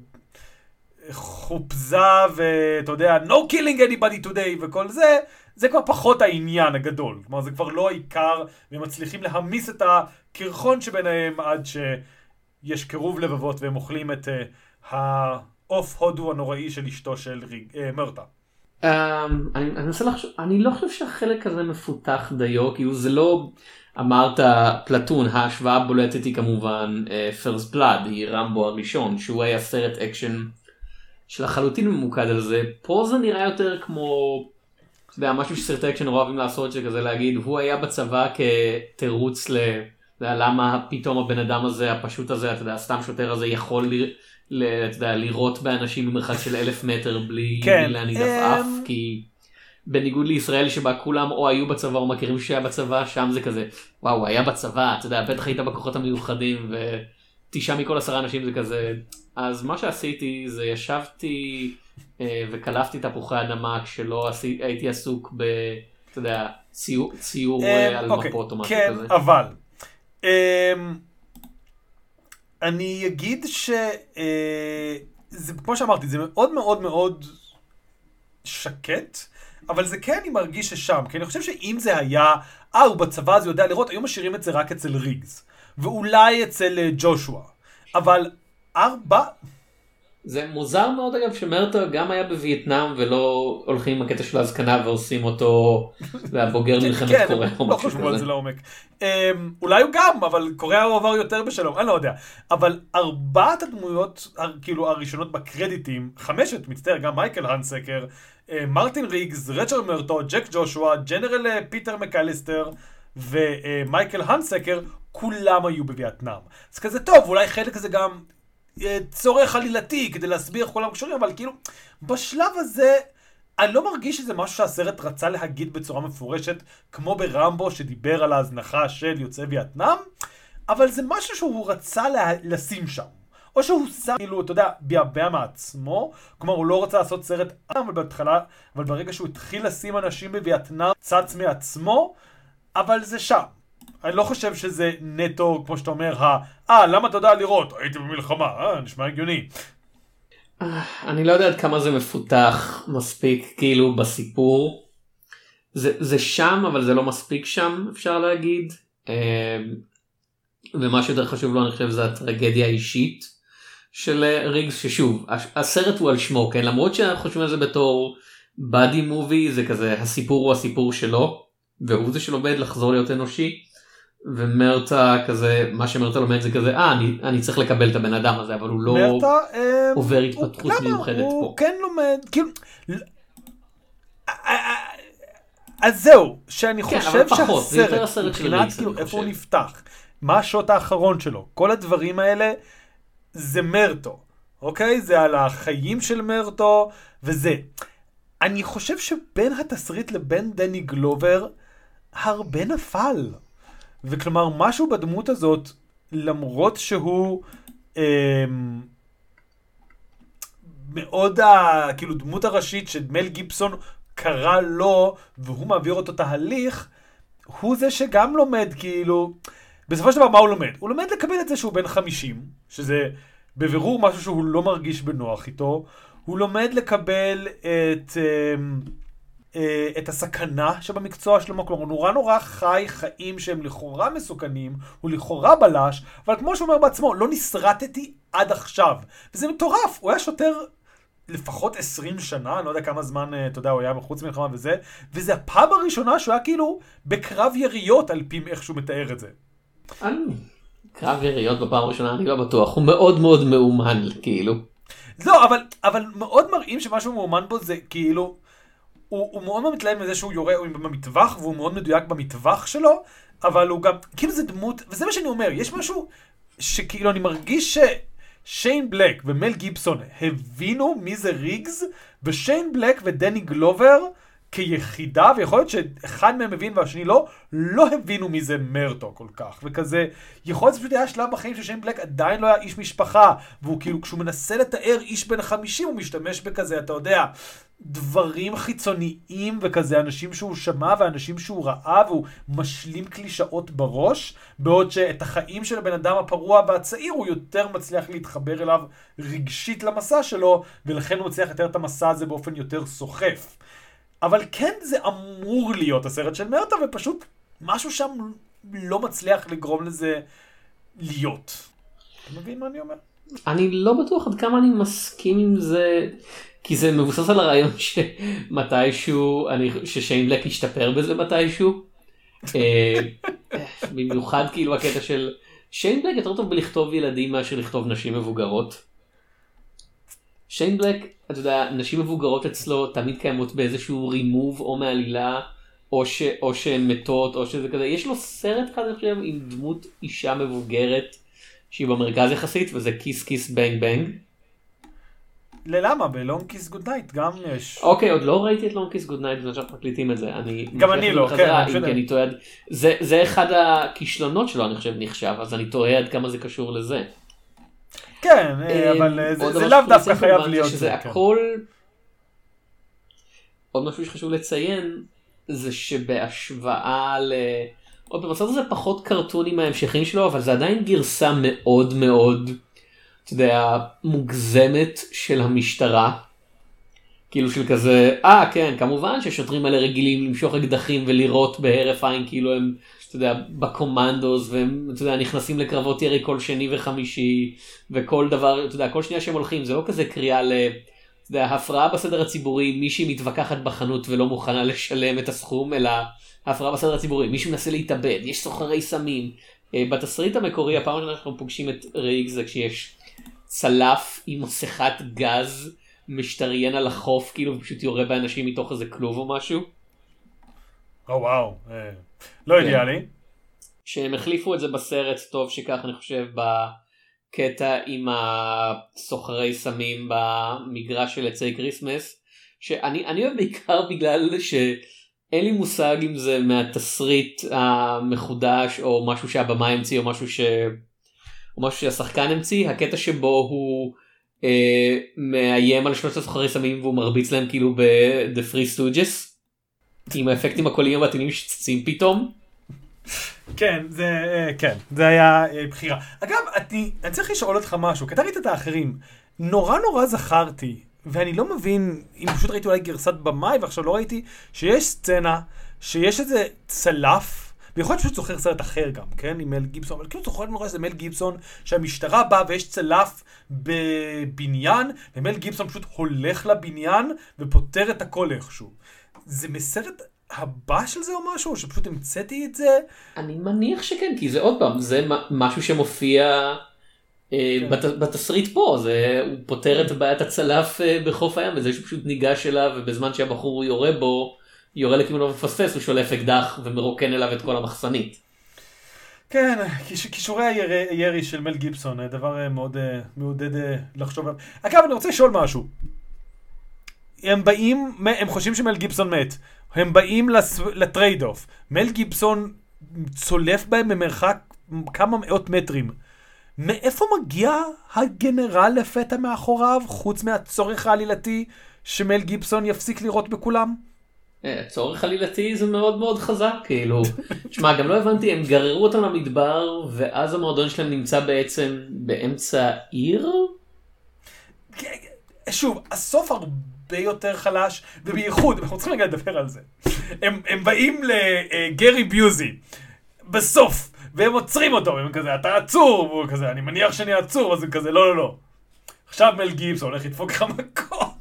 חופזה ואתה יודע, no killing anybody today וכל זה, זה כבר פחות העניין הגדול. כלומר, זה כבר לא העיקר, והם מצליחים להמיס את הקרחון שביניהם עד שיש קירוב לבבות, והם אוכלים את העוף הודו הנוראי של אשתו של מרתה. אני לא חושב שהחלק הזה מפותח דיו, כאילו זה לא, אמרת פלטון, ההשוואה הבולטת היא כמובן First Blood, היא רמבו הראשון, שהוא היה סרט אקשן שלחלוטין ממוקד על זה. פה זה נראה יותר כמו, אתה יודע, משהו שסרטי אקשן נורא אוהבים לעשות, שכזה להגיד, הוא היה בצבא כתירוץ למה פתאום הבן אדם הזה, הפשוט הזה, אתה יודע, סתם שוטר הזה יכול לירות באנשים במרחק של 1,000 מטר בלי להניד עפעף, כי בניגוד לישראל שבה כולם או היו בצבא או מכירים שהיה בצבא, שם זה כזה, וואו, הוא היה בצבא, אתה יודע, בטח היית בכוחות המיוחדים, ו9 מכל 10 אנשים זה כזה. אז מה שעשיתי זה ישבתי וקלפתי תפוחי אדמה כשלא הייתי עסוק ב, אתה יודע, ציור על מפות או משהו כזה. כן, אבל אני אגיד זה כמו שאמרתי, זה מאוד מאוד מאוד שקט, אבל זה כן אני מרגיש ששם, כי אני חושב שאם זה היה, הוא בצבא אז הוא יודע לראות, היו משאירים את זה רק אצל ריגס, ואולי אצל ג'ושוע, אבל 4... זה מוזר מאוד אגב שמרטו גם היה בווייטנאם ולא הולכים עם הקטע של הזקנה ועושים אותו בוגר מלחמת קוריאה. כן, לא חשבו על זה לעומק. אולי הוא גם, אבל קוריאה הוא עבר יותר בשלום, אני לא יודע. אבל 4 הדמויות כאילו הראשונות בקרדיטים, 5, מצטער, גם מייקל הנסקר, מרטין ריגס, ריצ'רד מרטו, ג'ק ג'ושוע, ג'נרל פיטר מקליסטר ומייקל הנסקר, כולם היו בווייטנאם. אז כזה טוב, אולי חלק זה גם צורך עלילתי כדי להסביר איך כולם קשורים, אבל כאילו בשלב הזה אני לא מרגיש שזה משהו שהסרט רצה להגיד בצורה מפורשת, כמו ברמבו שדיבר על ההזנחה של יוצאי וייטנאם, אבל זה משהו שהוא רצה לשים שם. או שהוא שם, כאילו, אתה יודע, ביאבע מעצמו, כלומר הוא לא רצה לעשות סרט בהתחלה, אבל ברגע שהוא התחיל לשים אנשים בווייטנאם, צץ מעצמו, אבל זה שם. אני לא חושב שזה נטו, כמו שאתה אומר, למה אתה יודע לראות? הייתי במלחמה, נשמע הגיוני. אני לא יודע עד כמה זה מפותח מספיק, כאילו, בסיפור. זה שם, אבל זה לא מספיק שם, אפשר להגיד. ומה שיותר חשוב לו, אני חושב, זה הטרגדיה האישית של ריגס, ששוב, הסרט הוא על שמו, כן? למרות שאנחנו חושבים על זה בתור בדי מובי, זה כזה, הסיפור הוא הסיפור שלו, והוא זה שלומד לחזור להיות אנושי. ומרטה כזה, מה שמרטה לומד זה כזה, אני צריך לקבל את הבן אדם הזה, אבל הוא לא עובר התפתחות מיוחדת פה. הוא כן לומד, כאילו, אז זהו, שאני חושב שהסרט, מבחינת כאילו איפה הוא נפתח, מה השוט האחרון שלו, כל הדברים האלה, זה מרטו, אוקיי? זה על החיים של מרטו, וזה. אני חושב שבין התסריט לבין דני גלובר, הרבה נפל. וכלומר, משהו בדמות הזאת, למרות שהוא מאוד, כאילו, דמות הראשית שמל גיבסון קרא לו, והוא מעביר אותו תהליך, הוא זה שגם לומד, כאילו, בסופו של דבר מה הוא לומד? הוא לומד לקבל את זה שהוא בן 50, שזה בבירור משהו שהוא לא מרגיש בנוח איתו, הוא לומד לקבל את הסכנה שבמקצוע שלו, כלומר, הוא נורא חי חיים שהם לכאורה מסוכנים, הוא לכאורה בלש, אבל כמו שהוא אומר בעצמו, לא נסרטתי עד עכשיו. וזה מטורף, הוא היה שוטר לפחות 20 שנה, אני לא יודע כמה זמן, אתה יודע, הוא היה מחוץ מלחמה וזה הפעם הראשונה שהוא היה כאילו בקרב יריות על פי איך שהוא מתאר את זה. קרב יריות בפעם הראשונה, אני לא בטוח, הוא מאוד מאוד מאומן, כאילו. לא, אבל מאוד מראים שמשהו מאומן בו זה כאילו, הוא מאוד מתלהב מזה שהוא יורה במטווח, והוא מאוד מדויק במטווח שלו, אבל הוא גם, כאילו זה דמות, וזה מה שאני אומר, יש משהו שכאילו אני מרגיש ששיין בלק ומל גיבסון הבינו מי זה ריגס, ושיין בלק ודני גלובר כיחידה, ויכול להיות שאחד מהם הבין והשני לא הבינו מי זה מרטו כל כך, וכזה, יכול להיות שפשוט היה שלב בחיים ששיין בלק עדיין לא היה איש משפחה, והוא כאילו כשהוא מנסה לתאר איש בן 50, הוא משתמש בכזה, אתה יודע, דברים חיצוניים וכזה, אנשים שהוא שמע ואנשים שהוא ראה, והוא משלים קלישאות בראש, בעוד שאת החיים של הבן אדם הפרוע והצעיר הוא יותר מצליח להתחבר אליו רגשית למסע שלו, ולכן הוא מצליח לתאר את המסע הזה באופן יותר סוחף. אבל כן זה אמור להיות הסרט של מרטה, ופשוט משהו שם לא מצליח לגרום לזה להיות. אתה מבין מה אני אומר? אני לא בטוח עד כמה אני מסכים עם זה, כי זה מבוסס על הרעיון שמתישהו, ששיין בלק ישתפר בזה מתישהו. במיוחד כאילו הקטע של שיין בלק יותר טוב בלכתוב ילדים מאשר לכתוב נשים מבוגרות. שיין בלק, אתה יודע, נשים מבוגרות אצלו תמיד קיימות באיזשהו רימוב או מעלילה, או שהן מתות, או שזה כזה. יש לו סרט אחד, אני חושב, עם דמות אישה מבוגרת, שהיא במרכז יחסית, וזה כיס כיס בנג בנג. למה? בלונג כיס גוד נייט גם יש. אוקיי, עוד לא ראיתי את לונג כיס גוד נייט, בזמן שאנחנו מקליטים את זה. גם אני לא, כן. אני תוהה, זה אחד הכישלונות שלו, אני חושב, נחשב, אז אני תוהה עד כמה זה קשור לזה. כן, אבל זה לאו דווקא חייב להיות זה. הכל... עוד משהו שחשוב לציין, זה שבהשוואה עוד במסורת הזה פחות קרטונים מההמשכים שלו, אבל זה עדיין גרסה מאוד מאוד, אתה יודע, מוגזמת של המשטרה. כאילו של כזה, כן, כמובן ששוטרים האלה רגילים למשוך אקדחים ולירות בהרף עין, כאילו הם, אתה יודע, בקומנדוס, והם, אתה יודע, נכנסים לקרבות ירי כל שני וחמישי, וכל דבר, אתה יודע, כל שנייה שהם הולכים, זה לא כזה קריאה אתה יודע, הפרעה בסדר הציבורי, מישהי מתווכחת בחנות ולא מוכנה לשלם את הסכום, אלא הפרעה בסדר הציבורי, מישהו מנסה להתאבד, יש סוחרי סמים. בתסריט המקורי, הפעם שאנחנו פוגשים את רייג זה כשיש צלף עם מסכת גז, משתריין על החוף, כאילו פשוט יורה באנשים מתוך איזה כלוב או משהו. וואו, לא אידיאלי. שהם החליפו את זה בסרט, טוב שכך אני חושב, קטע עם הסוחרי סמים במגרש של עצי קריסמס, שאני אוהב בעיקר בגלל שאין לי מושג אם זה מהתסריט המחודש או משהו שהבמה המציא או משהו שהשחקן המציא, הקטע שבו הוא מאיים על שלושת הסוחרי סמים והוא מרביץ להם כאילו ב-The Free Stooges עם האפקטים הקוליים המתאימים שצצים פתאום. כן, זה היה בחירה. אגב, אני צריך לשאול אותך משהו, כי אתה ראית את האחרים, נורא זכרתי, ואני לא מבין, אם פשוט ראיתי אולי גרסת במאי, ועכשיו לא ראיתי, שיש סצנה, שיש איזה צלף, ויכול להיות פשוט זוכר סרט אחר גם, כן, עם מל גיבסון, אבל כאילו זוכר נורא שזה מל גיבסון, שהמשטרה באה ויש צלף בבניין, ומל גיבסון פשוט הולך לבניין, ופותר את הכל איכשהו. זה מסרט הבא של זה או משהו, או שפשוט המצאתי את זה? אני מניח שכן, כי זה עוד פעם, זה משהו שמופיע בתסריט פה, הוא פותר את בעיית הצלף בחוף הים, וזה שפשוט ניגש אליו, ובזמן שהבחור יורה בו, יורה לכיוונו ופספס, הוא שולף אקדח ומרוקן אליו את כל המחסנית. כן, כישורי הירי של מל גיבסון, דבר מאוד מעודד לחשוב עליו. אגב, אני רוצה לשאול משהו. הם באים, הם חושבים שמל גיבסון מת. הם באים לטרייד אוף. מל גיבסון צולף בהם במרחק כמה מאות מטרים. מאיפה מגיע הגנרל לפתע מאחוריו, חוץ מהצורך העלילתי שמל גיבסון יפסיק לראות בכולם? הצורך העלילתי זה מאוד מאוד חזק, כאילו. תשמע, גם לא הבנתי, הם גררו אותם למדבר, ואז המועדון שלהם נמצא בעצם באמצע העיר? שוב, הסוף הרבה יותר חלש, ובייחוד, אנחנו צריכים רגע לדבר על זה. הם באים לגרי ביוזי, בסוף, והם עוצרים אותו, והם כזה, אתה עצור, והוא כזה, אני מניח שאני עצור, אז הם כזה, לא. עכשיו מל גיבסון הולך לדפוק לך מכות.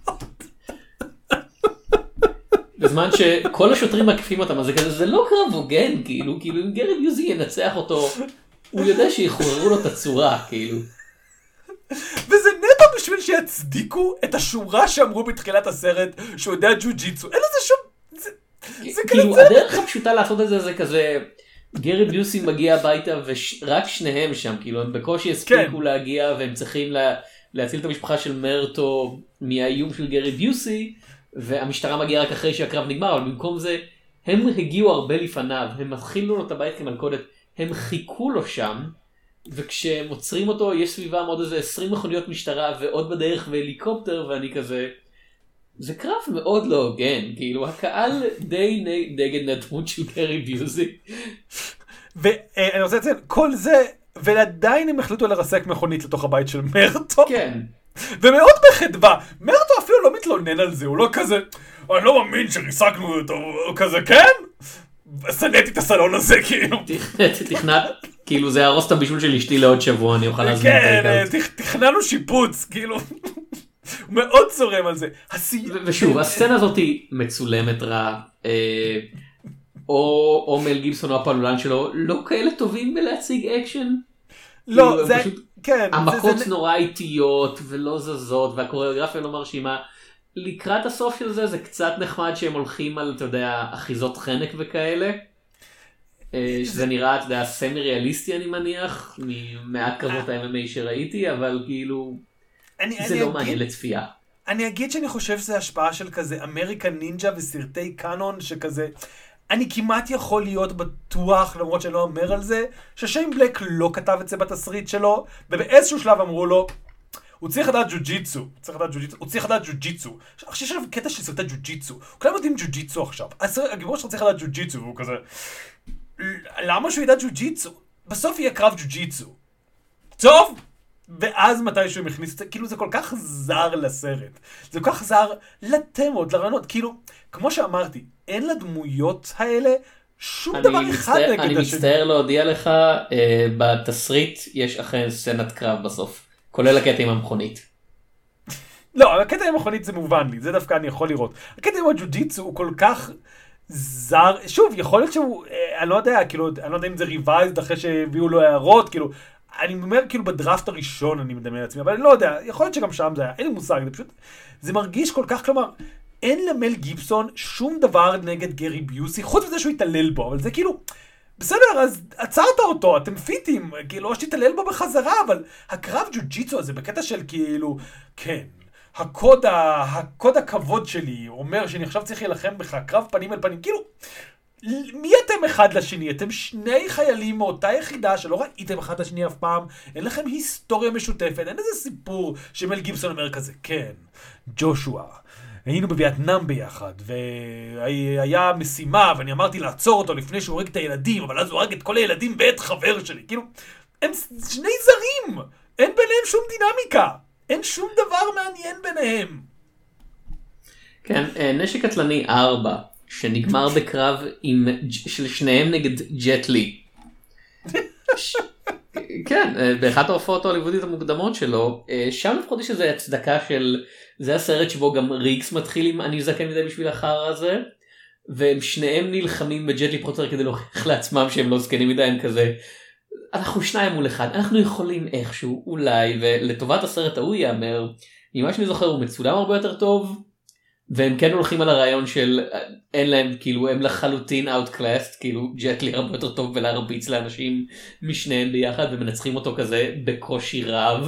בזמן שכל השוטרים מקפים אותם, אז זה כזה, זה לא קרב הוגן, כאילו אם גרי ביוזי ינצח אותו, הוא יודע שיחוררו לו את הצורה, כאילו. וזה נטו בשביל שיצדיקו את השורה שאמרו בתחילת הסרט, שהוא יודע ג'ו-ג'יצו. אין לזה שום... זה כאילו, כזה... הדרך הפשוטה לעשות את זה, זה כזה... גרי ביוסי מגיע הביתה ורק שניהם שם, כאילו, הם בקושי הספיקו להגיע, והם צריכים להציל את המשפחה של מרטו מהאיום של גרי ביוסי, והמשטרה מגיעה רק אחרי שהקרב נגמר, אבל במקום זה, הם הגיעו הרבה לפניו, הם התחילו לו את הבית כמלכודת, הם חיכו לו שם, וכשהם עוצרים אותו, יש סביבם עוד איזה 20 מכוניות משטרה, ועוד בדרך והליקופטר, ואני כזה... זה קרב מאוד לא הוגן, כאילו, הקהל די נגד הדמות של גרי ביוזי. ואני רוצה לציין, כל זה, ועדיין הם החליטו לרסק מכונית לתוך הבית של מרטו. כן. ומאוד בחדווה, מרטו אפילו לא מתלונן על זה, הוא לא כזה, אני לא מאמין שריסקנו אותו, הוא כזה, כן? סנאתי את הסלון הזה, כאילו. תכנת, כאילו זה הרוס את הבישול של אשתי לעוד שבוע, אני אוכל להזמין את זה. כן, תכננו שיפוץ, כאילו. הוא מאוד צורם על זה. ושוב, הסצנה הזאת היא מצולמת רע. או מל גיבסון או הפעלולן שלו לא כאלה טובים בלהציג אקשן. לא, זה, כן. המכות נורא איטיות ולא זזות והקוריאוגרפיה לא מרשימה. לקראת הסוף של זה קצת נחמד שהם הולכים על, אתה יודע, אחיזות חנק וכאלה. שזה נראה, אתה יודע, סמי ריאליסטי אני מניח, ממעט קרבות ה-MMA שראיתי, אבל כאילו, זה לא מעניין לצפייה. אני אגיד שאני חושב שזה השפעה של כזה אמריקן נינג'ה וסרטי קאנון שכזה, אני כמעט יכול להיות בטוח, למרות שאני לא אומר על זה, ששיין בלק לא כתב את זה בתסריט שלו, ובאיזשהו שלב אמרו לו, הוא צריך לדעת ג'ו-ג'יצו, הוא צריך לדעת ג'ו-ג'יצו. עכשיו יש עליו קטע של סרטי ג'ו-ג'יצו, כולם יודעים ג'ו-ג'יצו עכשיו, הגיבור שלך צריך לדעת ג'ו-ג'יצו, והוא כזה, למה שהוא ידע ג'ו-ג'יצו? בסוף יהיה קרב ג'ו-ג'יצו. טוב! ואז מתישהו הם הכניסו את זה, כאילו זה כל כך זר לסרט. זה כל כך זר לתמות, לרעיונות, כאילו, כמו שאמרתי, אין לדמויות האלה שום דבר אחד נגד השני. אני מצטער להודיע לך, בתסריט יש אכן סצנת קרב בסוף, כולל הקטע עם המכונית. לא, הקטע עם המכונית זה מובן לי, זה דווקא אני יכול לראות. הקטע עם הג'ו-ג'יצו הוא כל כך זר, שוב, יכול להיות שהוא, אני לא יודע, כאילו, אני לא יודע אם זה ריווייזד אחרי שהביאו לו הערות, כאילו, אני אומר כאילו בדראפט הראשון אני מדמיין לעצמי, אבל אני לא יודע, יכול להיות שגם שם זה היה, אין לי מושג, זה פשוט, זה מרגיש כל כך, כלומר, אין למל גיבסון שום דבר נגד גרי ביוסי, חוץ מזה שהוא יתעלל בו, אבל זה כאילו, בסדר, אז עצרת אותו, אתם פיטים, כאילו, או שתתעלל בו בחזרה, אבל הקרב ג'ו-ג'יצו הזה בקטע של כאילו, כן, הקוד הכבוד שלי אומר שאני עכשיו צריך להילחם בך, קרב פנים אל פנים, כאילו, מי אתם אחד לשני? אתם שני חיילים מאותה יחידה שלא ראיתם אחד לשני אף פעם, אין לכם היסטוריה משותפת, אין איזה סיפור שמל גיבסון אומר כזה, כן, ג'ושוע, היינו בווייטנאם ביחד, והיה משימה, ואני אמרתי לעצור אותו לפני שהוא הורג את הילדים, אבל אז הוא הורג את כל הילדים ואת חבר שלי, כאילו, הם שני זרים, אין ביניהם שום דינמיקה, אין שום דבר מעניין ביניהם. כן, נשק קטלני 4. שנגמר בקרב של שניהם נגד ג'ט לי. כן, באחת ההופעות ההוליוודיות המוקדמות שלו, שם לפחות יש איזו הצדקה של, זה הסרט שבו גם ריגס מתחיל עם אני זקן מדי בשביל החרא הזה, והם שניהם נלחמים בג'ט לי פרוטר כדי להוכיח לעצמם שהם לא זקנים מדי, הם כזה, אנחנו שניים מול אחד, אנחנו יכולים איכשהו, אולי, ולטובת הסרט ההוא יאמר, ממה שאני זוכר הוא מצולם הרבה יותר טוב, והם כן הולכים על הרעיון של אין להם, כאילו הם לחלוטין outclassed, כאילו ג'ט לי הרבה יותר טוב ולהרביץ לאנשים משניהם ביחד ומנצחים אותו כזה בקושי רב.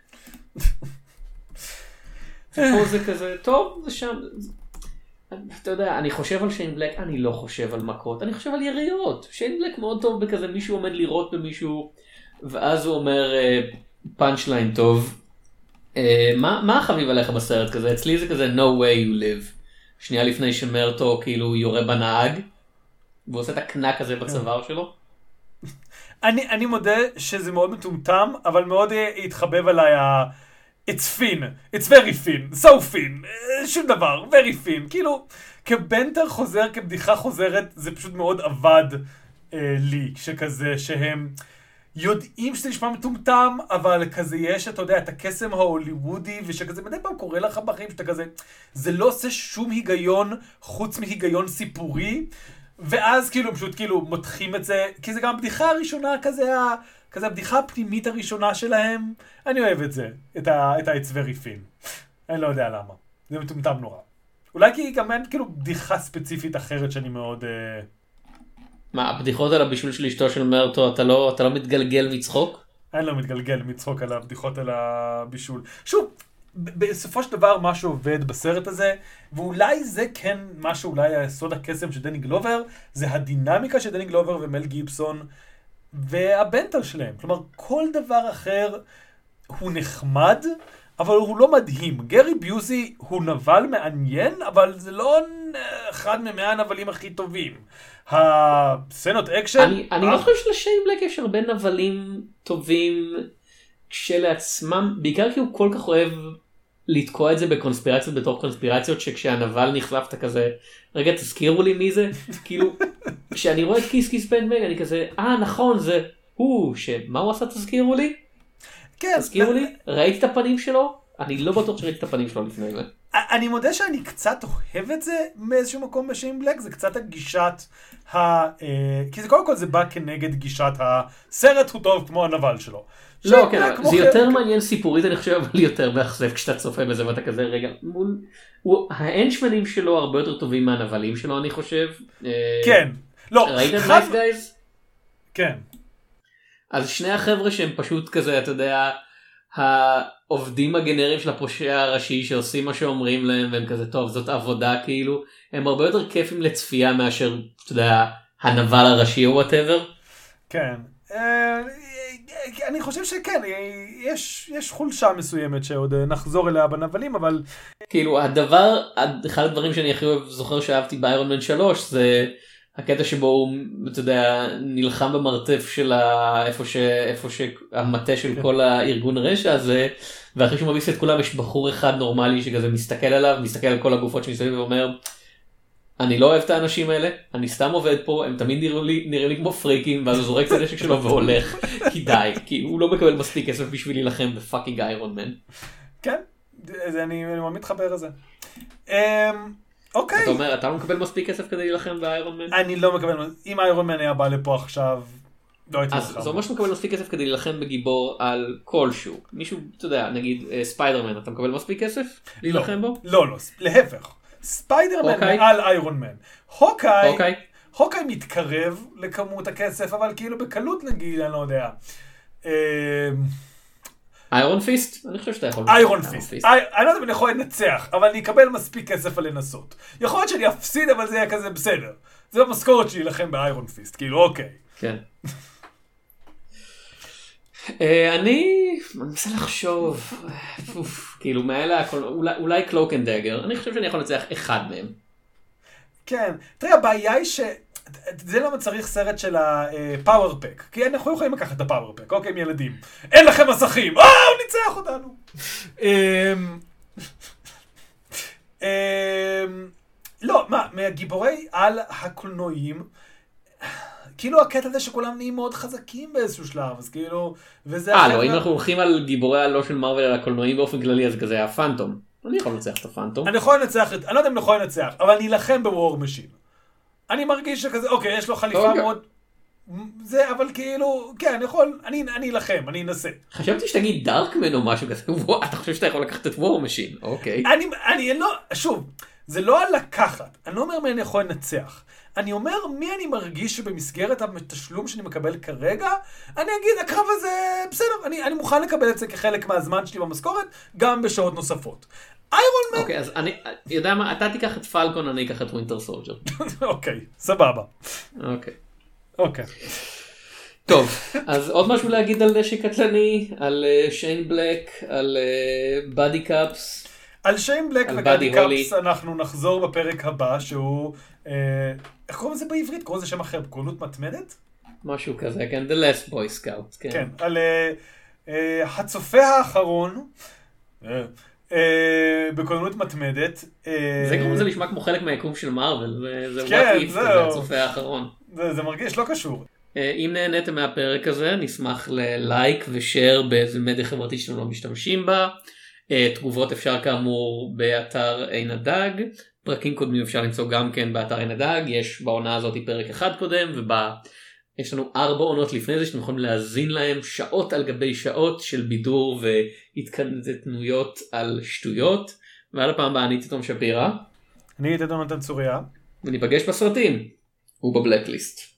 ופה זה כזה, טוב, זה שם, אתה יודע, אני חושב על שיין בלק, אני לא חושב על מכות, אני חושב על יריות. שיין בלק מאוד טוב בכזה, מישהו עומד לירות במישהו, ואז הוא אומר פאנץ' ליין טוב. מה החביב עליך בסרט כזה? אצלי זה כזה no way you live. שנייה לפני שמרטו כאילו יורה בנהג, והוא עושה את הקנק הזה בצוואר שלו. אני מודה שזה מאוד מטומטם, אבל מאוד התחבב עליי it's fin, it's very fin, so fin, שום דבר, very fin. כאילו, כבנטר חוזר, כבדיחה חוזרת, זה פשוט מאוד עבד לי, שכזה שהם יודעים שזה נשמע מטומטם, אבל כזה יש, אתה יודע, את הקסם ההוליוודי, ושכזה מדי פעם קורה לך בחיים, שאתה כזה, זה לא עושה שום היגיון, חוץ מהיגיון סיפורי, ואז כאילו, פשוט כאילו, מותחים את זה, כי זה גם הבדיחה הראשונה, כזה הבדיחה הפנימית הראשונה שלהם, אני אוהב את זה, את ה-It's very fin. אני לא יודע למה. זה מטומטם נורא. אולי כי גם אין כאילו בדיחה ספציפית אחרת שאני מאוד... מה, הבדיחות על הבישול של אשתו של מרטו, אתה לא מתגלגל מצחוק? אני לא מתגלגל מצחוק על הבדיחות על הבישול. שוב, בסופו של דבר מה שעובד בסרט הזה, ואולי זה כן משהו, אולי היסוד הקסם של דני גלובר, זה הדינמיקה של דני גלובר ומל גיבסון, והבנטר שלהם. כלומר, כל דבר אחר הוא נחמד, אבל הוא לא מדהים. גרי ביוסי הוא נבל מעניין, אבל זה לא אחד ממאה הנבלים הכי טובים. הסצנות אקשן... אני לא חושב שלשיין בלק יש הרבה נבלים טובים כשלעצמם, בעיקר כי הוא כל כך אוהב לתקוע את זה בקונספירציות בתור קונספירציות, שכשהנבל נחלף אתה כזה, רגע תזכירו לי מי זה, כאילו, כשאני רואה את קיס קיס בן בן, אני כזה, נכון, זה הוא, שמה הוא עשה תזכירו לי? כן. תזכירו לי, ראית את הפנים שלו? אני לא בטוח שראיתי את הפנים שלו לפני זה. אני מודה שאני קצת אוהב את זה מאיזשהו מקום בשיין בלק, זה קצת הגישת כי זה קודם כל זה בא כנגד גישת הסרט הוא טוב כמו הנבל שלו. לא, כן, זה יותר מעניין סיפורית אני חושב, אבל יותר מאכזב כשאתה צופה בזה ואתה כזה רגע, האנשמנים שלו הרבה יותר טובים מהנבלים שלו אני חושב. כן, לא. ראית את נייס גייז? כן. אז שני החבר'ה שהם פשוט כזה, אתה יודע, העובדים הגנריים של הפושע הראשי שעושים מה שאומרים להם והם כזה טוב זאת עבודה כאילו הם הרבה יותר כיפים לצפייה מאשר אתה יודע הנבל הראשי או whatever. כן אני חושב שכן יש חולשה מסוימת שעוד נחזור אליה בנבלים אבל כאילו אחד הדברים שאני הכי זוכר שאהבתי באיירון מן 3 זה הקטע שבו הוא, אתה יודע, נלחם במרתף של איפה שהמטה של כל הארגון רשע הזה, ואחרי שהוא מביס את כולם יש בחור אחד נורמלי שכזה מסתכל עליו, מסתכל על כל הגופות שמסתכל ואומר, אני לא אוהב את האנשים האלה, אני סתם עובד פה, הם תמיד נראים לי כמו פריקים, ואז הוא זורק את הנשק שלו והולך, כי די, כי הוא לא מקבל מספיק כסף בשביל להילחם בפאקינג איירון מן. כן, אני מאוד מתחבר לזה. אוקיי. אתה אומר, אתה לא מקבל מספיק כסף כדי להילחם באיירון מן? אני לא מקבל, אם איירון מן היה בא לפה עכשיו, לא הייתי אז זה אומר שאתה מקבל מספיק כסף כדי להילחם בגיבור על כלשהו. מישהו, אתה יודע, נגיד ספיידרמן, אתה מקבל מספיק כסף להילחם בו? לא, להפך. ספיידרמן מעל איירון מן. הוקאי מתקרב לכמות הכסף, אבל כאילו בקלות נגיד, אני לא יודע. איירון פיסט? אני חושב שאתה יכול איירון פיסט. אני לא יודע אם אני יכול לנצח, אבל אני אקבל מספיק כסף על לנסות. יכול להיות שאני אפסיד, אבל זה יהיה כזה בסדר. זה במשכורת שלי לכם באיירון פיסט, כאילו אוקיי. כן. אני מנסה לחשוב, כאילו מאלה, אולי קלוק אנד דגר, אני חושב שאני יכול לנצח אחד מהם. כן, תראה, הבעיה היא ש... זה למה צריך סרט של הפאוור פק, כי אנחנו יכולים לקחת את הפאוור פק, אוקיי, עם ילדים. אין לכם מסכים, הוא ניצח אותנו. לא, מה, מהגיבורי על הקולנועים, כאילו הקטע הזה שכולם נהיים מאוד חזקים באיזשהו שלב, אז כאילו, וזה... לא, אם אנחנו הולכים על גיבורי הלא של מרוול על הקולנועים באופן כללי, אז כזה היה פנטום. אני יכול לנצח את הפנטום. אני יכול לנצח, אני לא יודע אם אני יכול לנצח, אבל אני אלחם בוור משין. אני מרגיש שכזה, אוקיי, יש לו חליפה מאוד... זה, אבל כאילו, כן, אני יכול, אני אלחם, אני אנסה. חשבתי שתגיד דארקמן או משהו כזה, אתה חושב שאתה יכול לקחת את וור משין, אוקיי. אני לא, שוב, זה לא על לקחת, אני לא אומר מי אני יכול לנצח. אני אומר מי אני מרגיש שבמסגרת התשלום שאני מקבל כרגע, אני אגיד, הקרב הזה, בסדר, אני מוכן לקבל את זה כחלק מהזמן שלי במשכורת, גם בשעות נוספות. איירון מן... אוקיי, אז אני יודע מה, אתה תיקח את פלקון, אני אקח את ווינטר סולג'ר. אוקיי, סבבה. אוקיי. טוב, אז עוד משהו להגיד על נשק קטלני, על שיין בלק, על בדי קאפס. על שיין בלק ובדי קאפס אנחנו נחזור בפרק הבא, שהוא... איך קוראים לזה בעברית? קוראים לזה שם אחר, בקורנות מתמדת? משהו כזה, כן, The Last Boy Scout. כן, על הצופה האחרון, בקורנות מתמדת. זה כמו זה נשמע כמו חלק מהיקום של מארוול, זה what if, זה הצופה האחרון. זה מרגיש לא קשור. אם נהניתם מהפרק הזה, נשמח ללייק ושאר באיזה מדיה חברתית שאתם לא משתמשים בה. תגובות אפשר כאמור באתר עין הדג. פרקים קודמים אפשר למצוא גם כן באתר עין הדג. יש בעונה הזאת פרק אחד קודם, יש לנו 4 עונות לפני זה שאתם יכולים להזין להם שעות על גבי שעות של בידור והתקנתנויות על שטויות. ועד הפעם הבאה אני הייתי תום שפירא. אני הייתי תום נתן צוריה. וניפגש בסרטים ובבלקליסט.